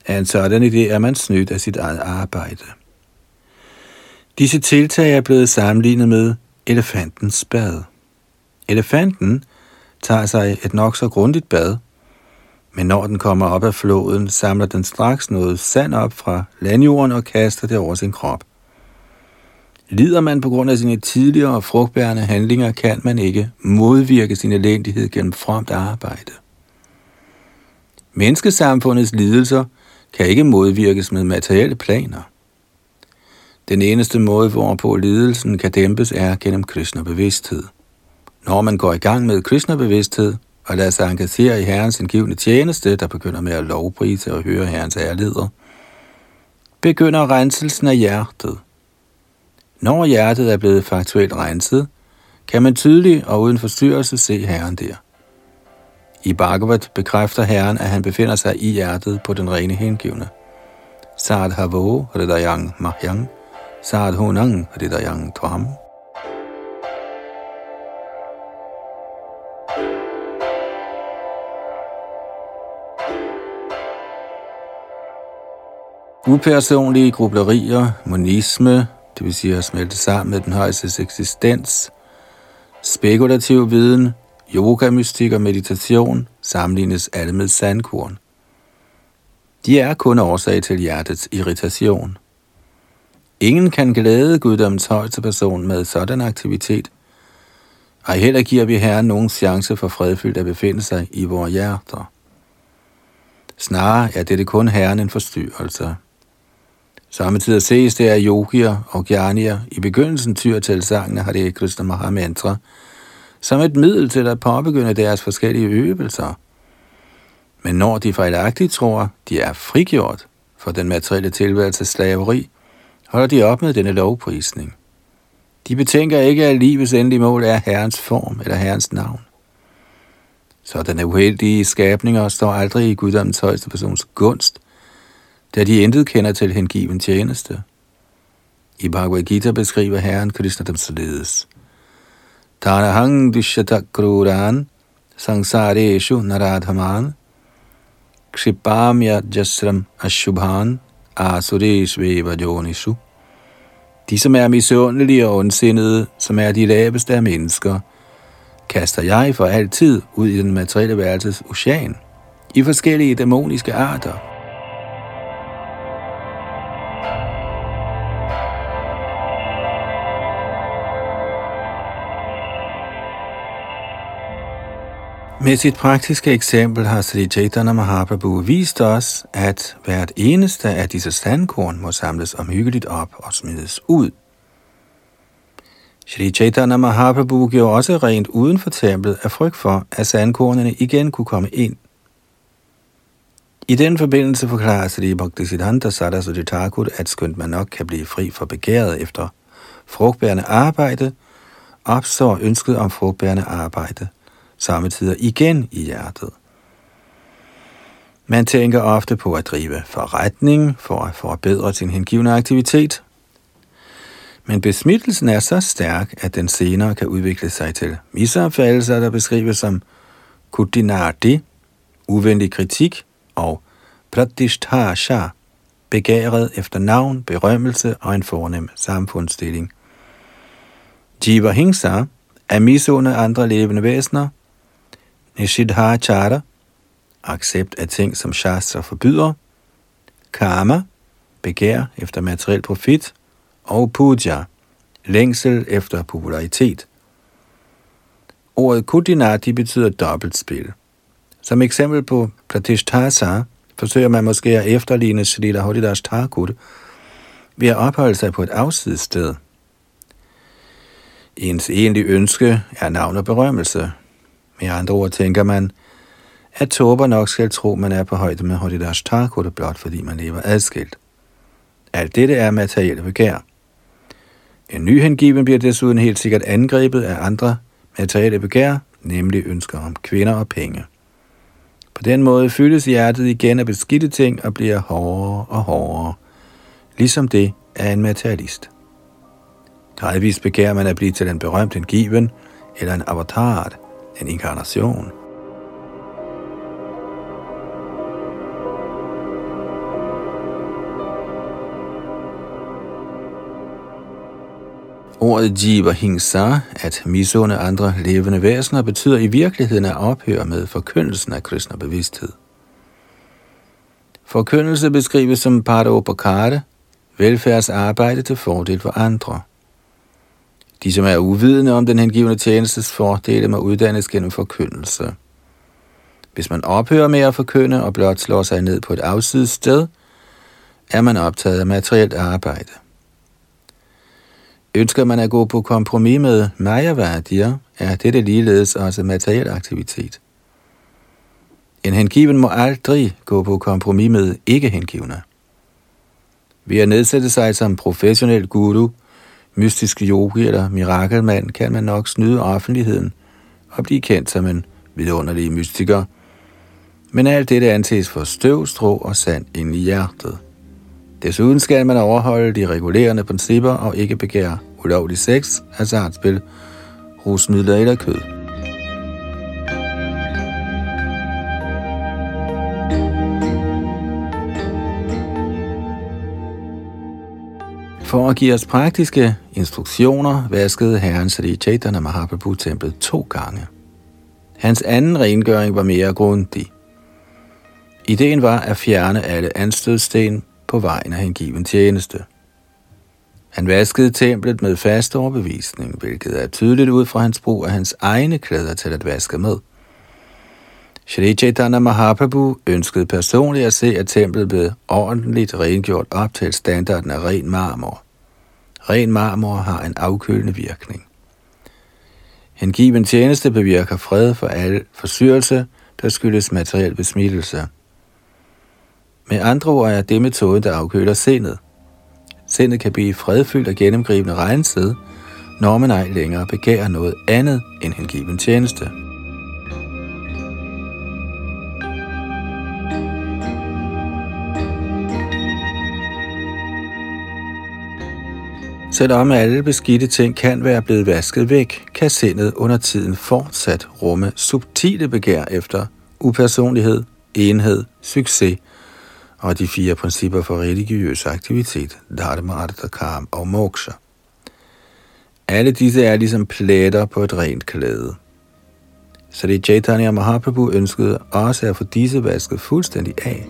Af en sådan idé er man snydt af sit eget arbejde. Disse tiltag er blevet sammenlignet med elefantens bad. Elefanten tager sig et nok så grundigt bad, men når den kommer op af floden, samler den straks noget sand op fra landjorden og kaster det over sin krop. Lider man på grund af sine tidligere frugtbærende handlinger, kan man ikke modvirke sin elendighed gennem fromt arbejde. Menneskesamfundets lidelser kan ikke modvirkes med materielle planer. Den eneste måde, hvorpå lidelsen kan dæmpes, er gennem Krishna-bevidsthed. Når man går i gang med Krishna-bevidsthed og lader sig engagere i Herrens indgivende tjeneste, der begynder med at lovprise og høre Herrens ærligheder, begynder renselsen af hjertet. Når hjertet er blevet faktuelt renset, kan man tydeligt og uden forstyrrelse se Herren der. I Bhagavad bekræfter Herren, at han befinder sig i hjertet på den rene hengivne. Sadhavo hridayang mahyang, sadhunang hridayang tvam. Upersonlige grublerier, monisme, det vil sige at smelte sammen med den højeste eksistens, spekulativ viden, yoga, mystik og meditation sammenlignes alle med sandkorn. De er kun årsag til hjertets irritation. Ingen kan glæde guddommens højeste person med sådan aktivitet, og heller giver vi Herren nogen chance for fredfyldt at befinde sig i vores hjerter. Snarere er dette kun Herren en forstyrrelse. Samtidig ses det af yogier og jnanier i begyndelsen tyr til sangene Hare Krishna Mahamantra som et middel til at påbegynde deres forskellige øvelser. Men når de fejlagtigt tror, de er frigjort for den materielle tilværelses slaveri, holder de op med denne lovprisning. De betænker ikke, at livets endelige mål er Herrens form eller Herrens navn. Sådanne uheldige skabninger står aldrig i guddommens højeste persons gunst, da de intet kender til hengiven tjeneste. I Bhagavad Gita beskriver Herren Krishna dem således. Tanahang dishyatakruran sangsareshu naradhaman kshipamya jasram ashubhan asureshveva jonishu. De, som er misundelige og ondsindede, som er de laveste af mennesker, kaster jeg for altid ud i den materielle værelses ocean, i forskellige dæmoniske arter. Med sit praktiske eksempel har Sri Chaitanya Mahaprabhu vist os, at hvert eneste af disse sandkorn må samles omhyggeligt op og smides ud. Sri Chaitanya Mahaprabhu gjorde også rent uden for templet af frygt for, at sandkornene igen kunne komme ind. I den forbindelse forklarer Sri Bhaktisiddhanta Saraswati Thakur, at skønt man nok kan blive fri for begæret efter frugtbærende arbejde, opstår ønsket om frugtbærende arbejde samtidig igen i hjertet. Man tænker ofte på at drive forretning for at forbedre sin hengivne aktivitet, men besmittelsen er så stærk, at den senere kan udvikle sig til misopfattelser, der beskrives som kudinati, uvenlig kritik, og pratishtasha, begæret efter navn, berømmelse og en fornem samfundsstilling. Jiva hingsa, at misunde andre levende væsener, nishidhachara, accept af ting, som Shastra forbyder, karma, begær efter materiel profit, og puja, længsel efter popularitet. Ordet kudinati betyder dobbeltspil. Som eksempel på pratishtasa forsøger man måske at efterligne Srila Haridas Thakur ved at opholde sig på et afsidested. Ens egentlige ønske er navn og berømmelse. Med andre ord tænker man, at tåber nok skal tro, man er på højde med Haridas Thakur, blot fordi man lever adskilt. Alt dette er materielle begær. En ny hengiven bliver desuden helt sikkert angrebet af andre materielle begær, nemlig ønsker om kvinder og penge. På den måde fyldes hjertet igen af beskidte ting og bliver hårdere og hårdere, ligesom det er en materialist. Gradvist begærer man at blive til en berømt hengiven eller en avatar, en inkarnation. Ordet jiva hingsa, at misunde andre levende væsener, betyder i virkeligheden at ophøre med forkyndelsen af Krishna bevidsthed. Forkyndelse beskrives som paropakara, velfærdsarbejde til fordel for andre. De, som er uvidende om den hengivne tjenestes fordele, må uddannes gennem forkyndelse. Hvis man ophører med at forkynde og blot slår sig ned på et afsides sted, er man optaget af materielt arbejde. Ønsker man at gå på kompromis med Maya-værdier, er dette ligeledes også materiel aktivitet. En hengiven må aldrig gå på kompromis med ikke-hengivne. Ved at nedsætte sig som professionel guru, mystisk yogi eller mirakelmand, kan man nok snyde offentligheden og blive kendt som en vidunderlig mystiker. Men alt dette anses for støv, strå og sand inde i hjertet. Desuden skal man overholde de regulerende principper og ikke begære ulovlig sex, hasardspil, rusmidler eller kød. For at give os praktiske instruktioner, vaskede Herren Sri Chaitanya Mahaprabhu templet 2 gange. Hans anden rengøring var mere grundig. Ideen var at fjerne alle anstødsten på vejen af hengiven tjeneste. Han vaskede templet med fast overbevisning, hvilket er tydeligt ud fra hans brug af hans egne klæder til at vaske med. Shri Chaitanya Mahaprabhu ønskede personligt at se, at templet blev ordentligt rengjort op til standarden af ren marmor. Ren marmor har en afkølende virkning. Hengiven tjeneste bevirker fred for al forstyrrelse, der skyldes materiel besmittelse. Med andre ord er det metoden, der afkøler sindet. Sindet kan blive fredfyldt og gennemgribende renset, når man ej længere begærer noget andet end hengiven tjeneste. Selvom alle beskidte ting kan være blevet vasket væk, kan sindet under tiden fortsat rumme subtile begær efter upersonlighed, enhed, succes og de 4 principper for religiøs aktivitet, dharma, artha, karma og moksha. Alle disse er ligesom pletter på et rent klæde. Så det Chaitanya Mahaprabhu ønskede også at få disse vasket fuldstændig af.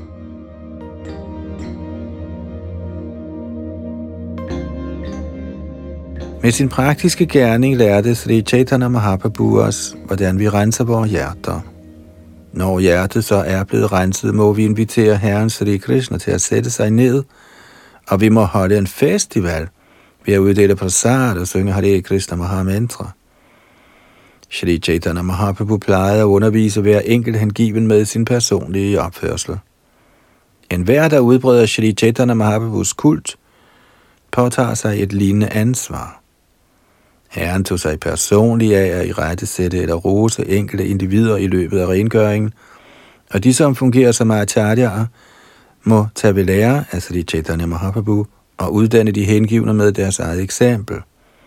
Med sin praktiske gerning lærte Sri Chaitanya Mahaprabhu os, hvordan vi renser vores hjerter. Når hjertet så er blevet renset, må vi invitere Herren Sri Krishna til at sætte sig ned, og vi må holde en festival ved at uddele prasad og synge Hare Krishna Mahamantra. Shri Chaitanya Mahaprabhu plejede at undervise hver enkelt hengiven med sin personlige opførsel. Enhver, der udbreder Shri Chaitanya Mahaprabhus kult, påtager sig et lignende ansvar. Herren tog sig personligt af at irettesætte eller rose enkelte individer i løbet af rengøringen, og de, som fungerer som acharyaer, må tage ved lære af Sri Chaitanya Mahaprabhu og uddanne de hengivne med deres eget eksempel.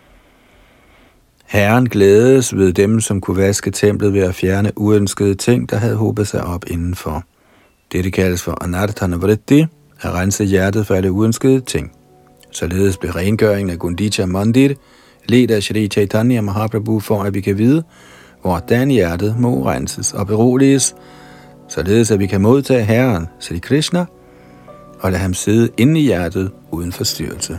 Herren glædedes ved dem, som kunne vaske templet ved at fjerne uønskede ting, der havde hobet sig op indenfor. Dette kaldes for anarthana vritti, at rense hjertet for alle uønskede ting. Således blev rengøringen af Gundicha Mandir ledt af Shri Chaitanya Mahaprabhu for, at vi kan vide, hvordan hjertet må renses og beroliges, således at vi kan modtage Herren, Sri Krishna, og lade ham sidde inde i hjertet uden forstyrrelse.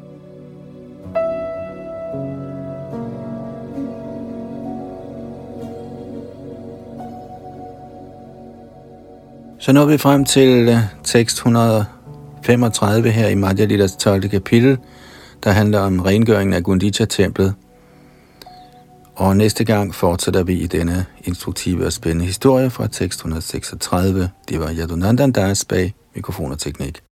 Så når vi frem til tekst 135 her i Madhya Lilas 12. kapitel, der handler om rengøringen af Gundicha-templet. Og næste gang fortsætter vi i denne instruktive og spændende historie fra tekst 136. Det var Yadunandan Das bag mikrofon og teknik.